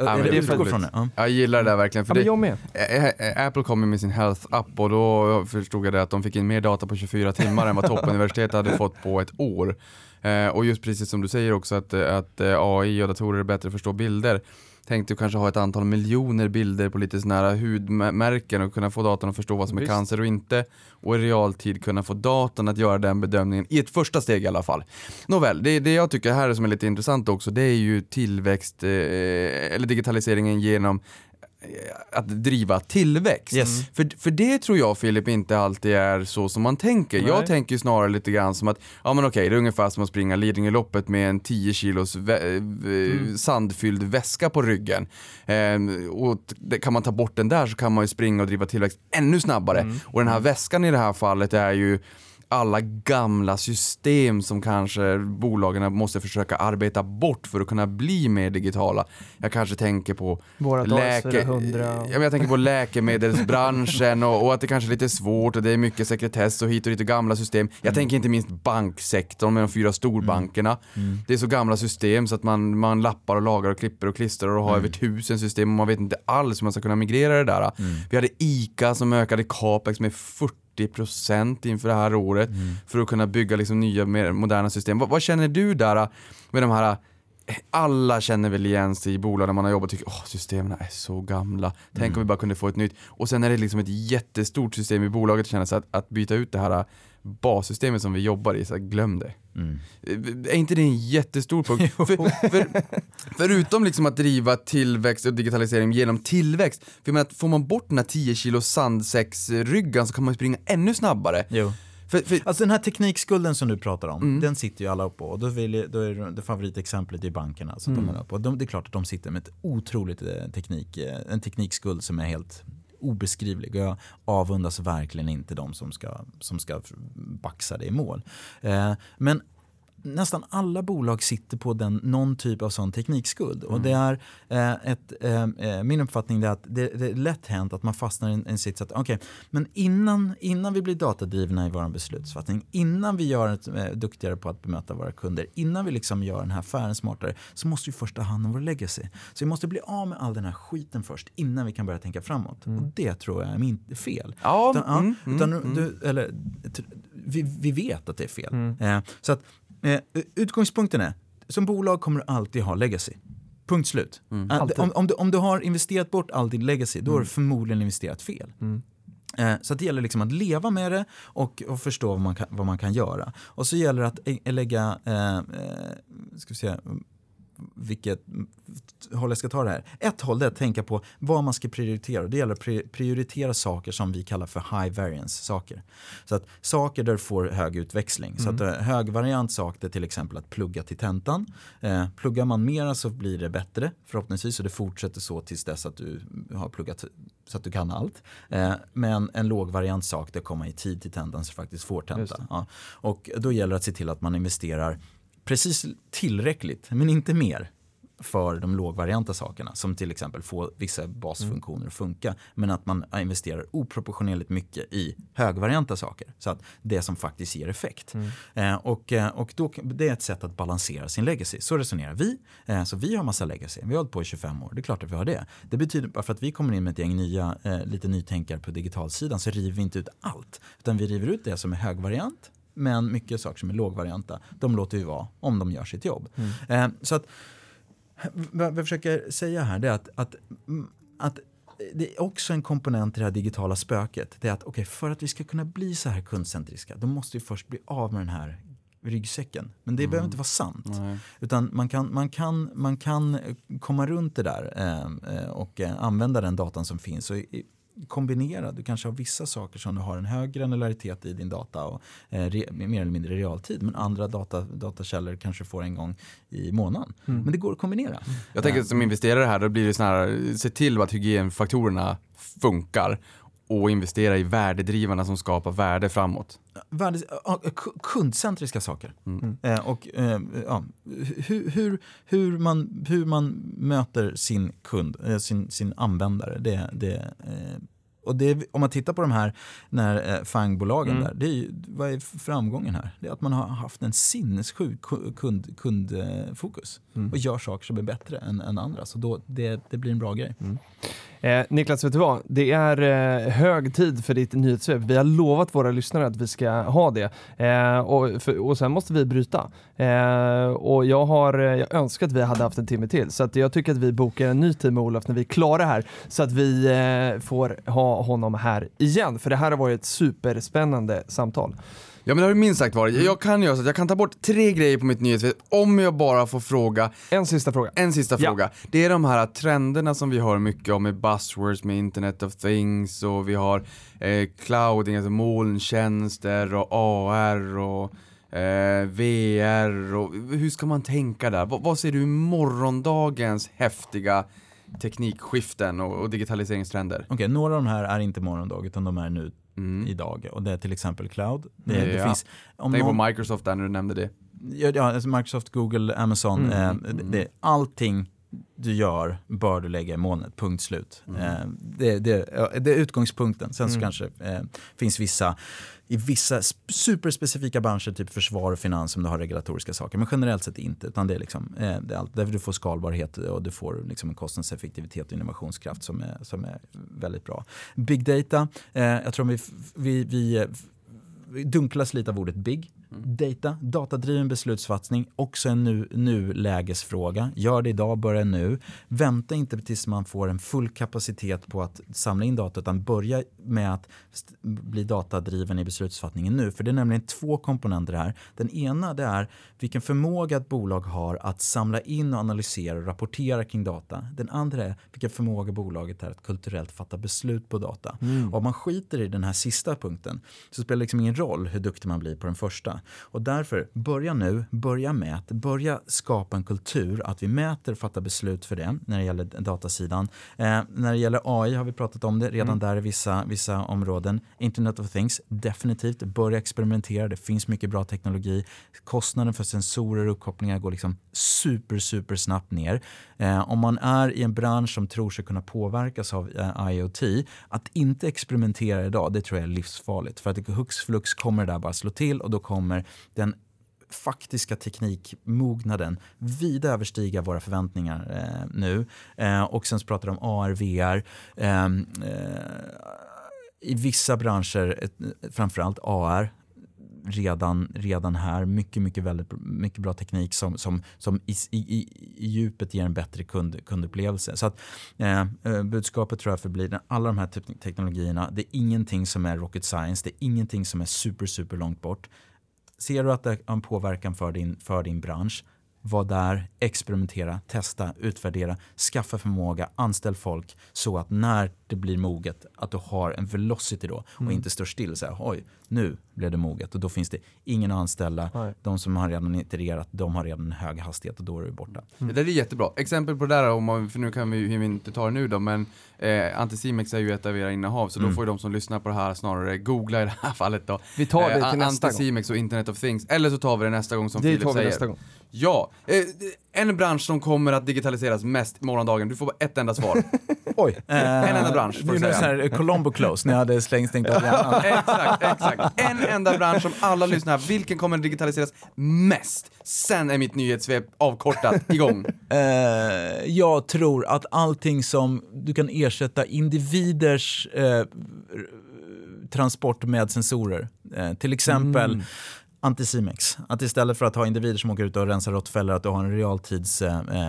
Jag gillar det där verkligen. För jag med. Apple kommer med sin Health-app, och då förstod jag det att de fick in mer data på 24 timmar än vad toppuniversitetet hade fått på ett år. Och just precis som du säger också, att AI och datorer är bättre att förstå bilder. Tänkte kanske ha ett antal miljoner bilder på lite såna här hudmärken och kunna få datorn att förstå vad som är cancer och inte, och i realtid kunna få datorn att göra den bedömningen i ett första steg i alla fall. Nåväl, det jag tycker här som är lite intressant också, det är ju tillväxt eller digitaliseringen genom att driva tillväxt. För det tror jag, Filip, inte alltid är så som man tänker. Nej. Jag tänker snarare lite grann som att det är ungefär som att springa Lidingöloppet med en 10 kilos sandfylld väska på ryggen. Och kan man ta bort den där, så kan man ju springa och driva tillväxt ännu snabbare. Och den här väskan i det här fallet är ju alla gamla system som kanske bolagen måste försöka arbeta bort för att kunna bli mer digitala. Jag kanske tänker på jag tänker på läkemedelsbranschen och att det kanske är lite svårt och det är mycket sekretess och hit och dit och gamla system. Jag tänker inte minst banksektorn med de 4 storbankerna. Det är så gamla system så att man lappar och lagar och klipper och klistrar och har över 1000 system och man vet inte alls hur man ska kunna migrera det där. Vi hade ICA som ökade capex med 40% inför det här året för att kunna bygga liksom nya, mer moderna system. Vad känner du där med de här? Alla känner väl igen sig i bolag där man har jobbat och tycker systemen är så gamla. Tänk om vi bara kunde få ett nytt. Och sen är det liksom ett jättestort system i bolaget, känner sig att byta ut det här bassystemet som vi jobbar i, så glöm det. Är inte det en jättestor punkt? Förutom liksom att driva tillväxt och digitalisering genom tillväxt. För jag menar, får man bort den här 10 kilo sandsäcksryggan så kan man springa ännu snabbare. Alltså den här teknikskulden som du pratar om, den sitter ju alla upp på. Och då är det favoritexemplet i bankerna. Så de är upp på. Det är klart att de sitter med ett otroligt en teknikskuld som är helt obeskrivlig. Och jag avundas verkligen inte de som ska baxa det i mål. Men nästan alla bolag sitter på någon typ av sån teknikskuld. Och det är min uppfattning är att det är lätt hänt att man fastnar i en sits att men innan vi blir datadrivna i vår beslutsfattning, innan vi gör duktigare på att bemöta våra kunder, innan vi liksom gör den här affären smartare, så måste vi först ta hand om vår legacy. Så vi måste bli av med all den här skiten först innan vi kan börja tänka framåt. Och det tror jag är inte fel. Vi vet att det är fel. Så att utgångspunkten är, som bolag kommer du alltid ha legacy. Punkt slut. Om du har investerat bort all din legacy, då har du förmodligen investerat fel. Så det gäller liksom att leva med det och förstå vad man kan göra. Och så gäller det att lägga ska vi se vilket håll jag ska ta det här. Ett håll är att tänka på vad man ska prioritera. Det gäller att prioritera saker som vi kallar för high variance saker. Så att saker där du får hög utväxling. Så att högvariant sak är till exempel att plugga till tentan. Pluggar man mera så blir det bättre förhoppningsvis, och det fortsätter så tills dess att du har pluggat så att du kan allt. Men en lågvariant sak, det kommer i tid till tentan så faktiskt får tenta. Ja. Och då gäller det att se till att man investerar precis tillräckligt, men inte mer, för de lågvarianta sakerna, som till exempel få vissa basfunktioner att funka, men att man investerar oproportionerligt mycket i högvarianta saker, så att det som faktiskt ger effekt. Och då, det är ett sätt att balansera sin legacy. Så resonerar vi. Så vi har massa legacy. Vi har hållit på i 25 år. Det är klart att vi har det. Det betyder bara för att vi kommer in med ett gäng nya, lite nytänkare på digitalsidan, så river vi inte ut allt, utan vi river ut det som är högvariant. Men mycket saker som är lågvarianta, de låter vi vara om de gör sitt jobb. Så att vad jag försöker säga här, det är att det är också en komponent i det här digitala spöket. Det är att för att vi ska kunna bli så här kundcentriska, då måste vi först bli av med den här ryggsäcken. Men det behöver inte vara sant. Utan man kan komma runt det där och använda den datan som finns. Och kombinera. Du kanske har vissa saker som du har en hög granularitet i din data och mer eller mindre i realtid, men andra datakällor kanske får en gång i månaden. Men det går att kombinera. Jag tänker som investerare här, då blir det snarare se till att hygienfaktorerna funkar och investera i värdedrivarna som skapar värde framåt. Kundcentriska saker. Och hur man möter sin kund, sin användare. Och det, om man tittar på de här FANG-bolagen där, vad är framgången här? Det är att man har haft en sinnessjuk kundfokus och gör saker som är bättre än andra. Så då, det blir en bra grej. Niklas, vet du vad? Det är hög tid för ditt nyhetssvep. Vi har lovat våra lyssnare att vi ska ha det. Och sen måste vi bryta. Och jag önskar att vi hade haft en timme till. Så att jag tycker att vi bokar en ny tid med Olof när vi är klara här. Så att vi får ha honom här igen. För det här har varit ett superspännande samtal. Ja, men det har ju minst sagt varit. Jag kan göra så att jag kan ta bort 3 grejer på mitt nyhetsvett om jag bara får fråga. En sista fråga. Det är de här trenderna som vi har mycket om med buzzwords, med Internet of Things, och vi har clouding, alltså molntjänster och AR och VR. Och hur ska man tänka där? Vad ser du i morgondagens häftiga teknikskiften och digitaliseringstrender? Okej, några av de här är inte morgondag, utan de är nu idag. Och det är till exempel cloud. Det finns, tänk på Microsoft där när du nämnde det. Ja, alltså Microsoft, Google, Amazon. Allting du gör bör du lägga i molnet. Punkt slut. Det är utgångspunkten. Sen så kanske finns i vissa superspecifika branscher, typ försvar och finans, som du har regulatoriska saker. Men generellt sett inte. Utan det är liksom, det är allt. Därför du får skalbarhet och du får liksom en kostnadseffektivitet och innovationskraft som är väldigt bra. Big data. Jag tror vi dunklas lite av ordet big. Datadriven beslutsfattning, också en nulägesfråga. Gör det idag, börja nu. Vänta inte tills man får en full kapacitet på att samla in data, utan börja med att bli datadriven i beslutsfattningen nu. För det är nämligen 2 komponenter här. Den ena, det är vilken förmåga ett bolag har att samla in och analysera och rapportera kring data. Den andra är vilken förmåga bolaget är att kulturellt fatta beslut på data. Och om man skiter i den här sista punkten så spelar det liksom ingen roll hur duktig man blir på den första. Och därför, börja nu, börja skapa en kultur att vi mäter och fattar beslut för det när det gäller datasidan. När det gäller AI har vi pratat om det redan där i vissa områden. Internet of Things, definitivt. Börja experimentera, det finns mycket bra teknologi. Kostnaden för sensorer och uppkopplingar går liksom super snabbt ner. Om man är i en bransch som tror sig kunna påverkas av IoT, att inte experimentera idag, det tror jag är livsfarligt. För att hux flux kommer det där bara slå till, och då kommer den faktiska teknikmognaden vida överstiga våra förväntningar nu. Och sen så pratar de om AR, VR. I vissa branscher, framförallt AR, redan här väldigt mycket bra teknik som i djupet ger en bättre kundupplevelse. Så att budskapet tror jag förblir alla de här teknologierna, det är ingenting som är rocket science, det är ingenting som är super långt bort. Ser du att det har en påverkan för din bransch, var där, experimentera, testa, utvärdera, skaffa förmåga, anställ folk så att när det blir moget att du har en velocity då och inte står still och säger oj, nu blev det moget, och då finns det ingen att anställa. Nej. De som har redan itererat, de har redan en hög hastighet och då är du borta. Det är jättebra. Exempel på det där, för nu kan vi inte ta det nu då, men Anticimex är ju ett av era innehav, så då får ju de som lyssnar på det här snarare googla i det här fallet då. Vi tar det till nästa gång. Anticimex och Internet of Things, eller så tar vi det nästa gång som Filip säger. Nästa gång. Ja, en bransch som kommer att digitaliseras mest i morgondagen. Du får bara ett enda svar. Oj. En enda bransch. Det är nu så här Colombo Close när jag hade stängt av hjärnan. Exakt. En enda bransch som alla lyssnar. Vilken kommer att digitaliseras mest? Sen är mitt nyhetssvep avkortat igång. Jag tror att allting som du kan ersätta individers transport med sensorer. Till exempel Anticimex. Att istället för att ha individer som åker ut och rensar råttfällor, att du har en realtids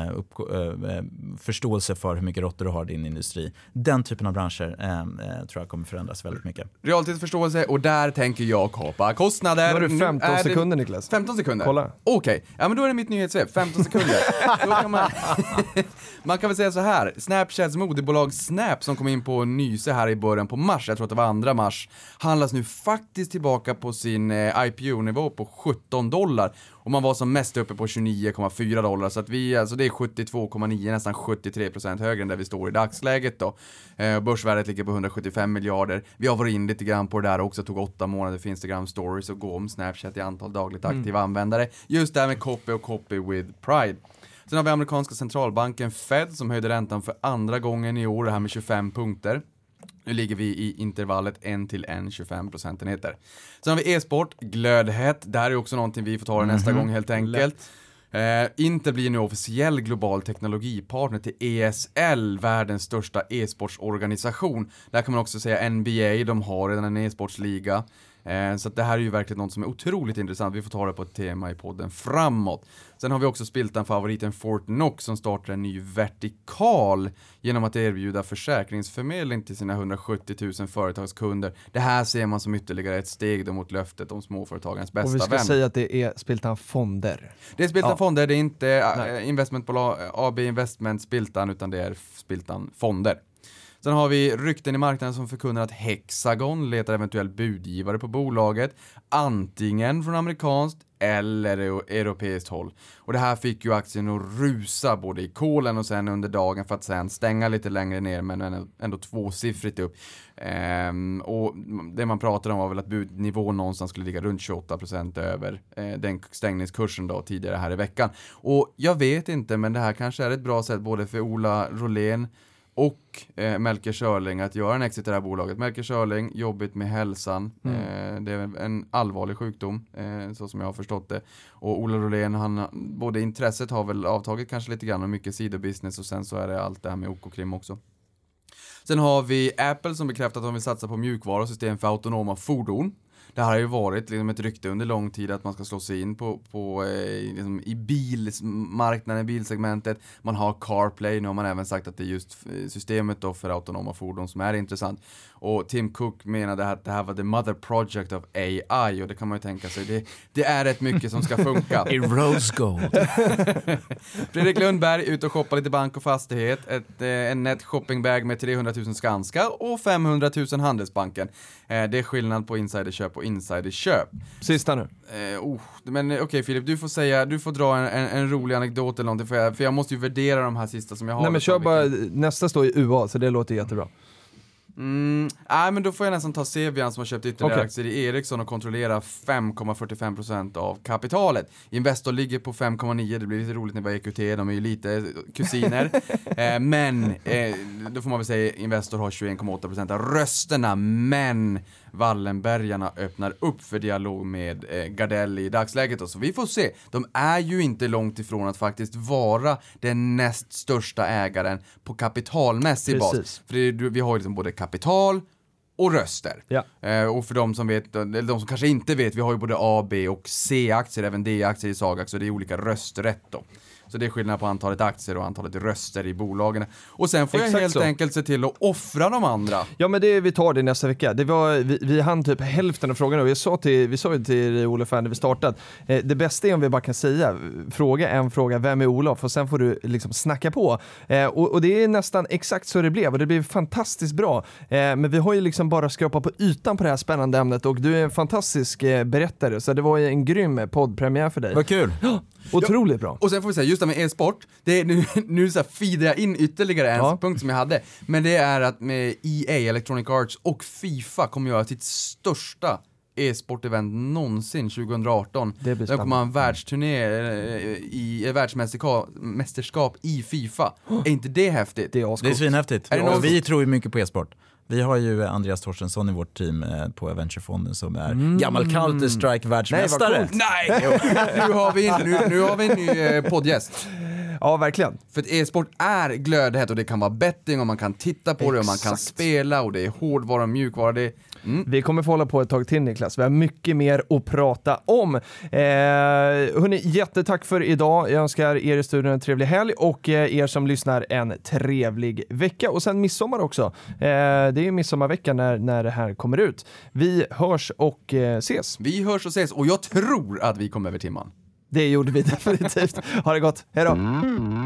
förståelse för hur mycket råttor du har i din industri. Den typen av branscher tror jag kommer förändras väldigt mycket. Realtidsförståelse, och där tänker jag kapa kostnader. Nu har du 15 sekunder, Niklas. 15 sekunder? Kolla. Okej. Ja, men då är det mitt nyhetssvep. 15 sekunder. Då kan man kan väl säga så här. Snapchats moderbolag Snap, som kom in på Nyse här i början på mars, jag tror att det var 2 mars, handlas nu faktiskt tillbaka på sin IPO-nivå på $17, och man var som mest uppe på $29,4, så att alltså det är 72,9, nästan 73% högre än där vi står i dagsläget då. Börsvärdet ligger på 175 miljarder. Vi har varit in lite grann på det där också, tog 8 månader för Instagram stories och gå om Snapchat i antal dagligt aktiva användare. Just där med copy with pride. Sen har vi amerikanska centralbanken Fed som höjde räntan för andra gången i år, det här med 25 punkter. Nu ligger vi i intervallet 1 till 1,25 procentenheter. Sen har vi e-sport, glödhett. Där är också någonting vi får ta nästa gång helt enkelt. Intel blir nu officiell global teknologipartner till ESL, världens största e-sportsorganisation. Där kan man också säga NBA, de har redan en e-sportsliga. Så att det här är ju verkligen något som är otroligt intressant. Vi får ta det på ett tema i podden framåt. Sen har vi också Spiltan-favoriten Fortnox som startar en ny vertikal genom att erbjuda försäkringsförmedling till sina 170 000 företagskunder. Det här ser man som ytterligare ett steg då mot löftet om småföretagens bästa vän. Och vi ska säga att det är Spiltan-fonder. Det är Spiltan-fonder, det är inte investmentbolag AB Investment Spiltan, utan det är Spiltan-fonder. Sen har vi rykten i marknaden som förkunnar att Hexagon letar eventuellt budgivare på bolaget, antingen från amerikanskt eller europeiskt håll. Och det här fick ju aktien att rusa både i kolen och sen under dagen för att sen stänga lite längre ner, men ändå tvåsiffrigt upp. Och det man pratade om var väl att budnivån någonstans skulle ligga runt 28% över den stängningskursen då tidigare här i veckan. Och jag vet inte, men det här kanske är ett bra sätt både för Ola Rolén och Melker Schörling att göra en exit i det här bolaget. Melker Schörling, jobbigt med hälsan. Det är en allvarlig sjukdom, så som jag har förstått det. Och Ola Rolén, både intresset har väl avtagit kanske lite grann och mycket sidobusiness, och sen så är det allt det här med OK-krim också. Sen har vi Apple som bekräftat att de vill satsa på mjukvarusystem för autonoma fordon. Det här har ju varit liksom ett rykte under lång tid att man ska slå sig in på liksom i bilmarknaden, bilsegmentet. Man har CarPlay, nu har man även sagt att det är just systemet då för autonoma fordon som är intressant. Och Tim Cook menade att det här var the mother project of AI, och det kan man ju tänka sig. Det är rätt mycket som ska funka. I rose gold. Fredrik Lundberg ut och shoppa lite bank och fastighet. En net shoppingbag med 300 000 Skanska och 500 000 Handelsbanken. Det är skillnad på insiderköp och insiderköp. Sista nu. Men okej, Filip, du får dra en rolig anekdot eller någonting, för jag måste ju värdera de här sista som jag har. Nej, men kör bara, nästa står i UA, så det låter jättebra. Men då får jag nästan ta Cevian som har köpt ytterligare aktier i Ericsson och kontrollera 5,45% av kapitalet. Investor ligger på 5,9. Det blir lite roligt när vi har EQT, de är ju lite kusiner. Men då får man väl säga Investor har 21,8% av rösterna, men Wallenbergarna öppnar upp för dialog med Gardell i dagsläget. Och så vi får se. De är ju inte långt ifrån att faktiskt vara den näst största ägaren på kapitalmässig bas. För vi har ju liksom både kapital och röster. Ja. Och för de som vet, eller de som kanske inte vet, vi har ju både A, B och C-aktier, även D-aktier i SAGAX, så det är olika rösträtt då. Så det är skillnad på antalet aktier och antalet röster i bolagen. Och sen får jag helt enkelt se till att offra de andra. Ja, men vi tar det nästa vecka. Vi hann typ hälften av frågorna, och vi sa ju till Olof när vi startat. Det bästa är om vi bara kan säga, fråga en fråga, vem är Olof? Och sen får du liksom snacka på. Och det är nästan exakt så det blev, och det blev fantastiskt bra. Men vi har ju liksom bara skrapat på ytan på det här spännande ämnet, och du är en fantastisk berättare, så det var ju en grym poddpremiär för dig. Vad kul! Otroligt bra. Och sen får vi säga, just det med e-sport, det är nu så här feedar jag in ytterligare en punkt som jag hade. Men det är att med EA, Electronic Arts och FIFA kommer göra sitt största e-sport-event någonsin 2018. Det blir där kommer man världsturné i världsmästerskap i FIFA. Är inte det häftigt? Det är svinhäftigt. Vi tror ju mycket på e-sport. Vi har ju Andreas Torstensson i vårt team på Adventurefonden som är gammal Counter-Strike-världsmästare. Nej! Nu har vi en ny poddgäst. Ja, verkligen. För att e-sport är glödhett, och det kan vara betting och man kan titta på det och man kan spela, och det är hårdvara och mjukvara. Vi kommer få hålla på ett tag till, Niklas. Vi har mycket mer att prata om. Hörrni, jättetack för idag. Jag önskar er i studion en trevlig helg, och er som lyssnar en trevlig vecka. Och sen midsommar också. Det är midsommarvecka när det här kommer ut. Vi hörs och ses. Vi hörs och ses, och jag tror att vi kommer över timman. Det gjorde vi definitivt. Ha det gott. Hej då!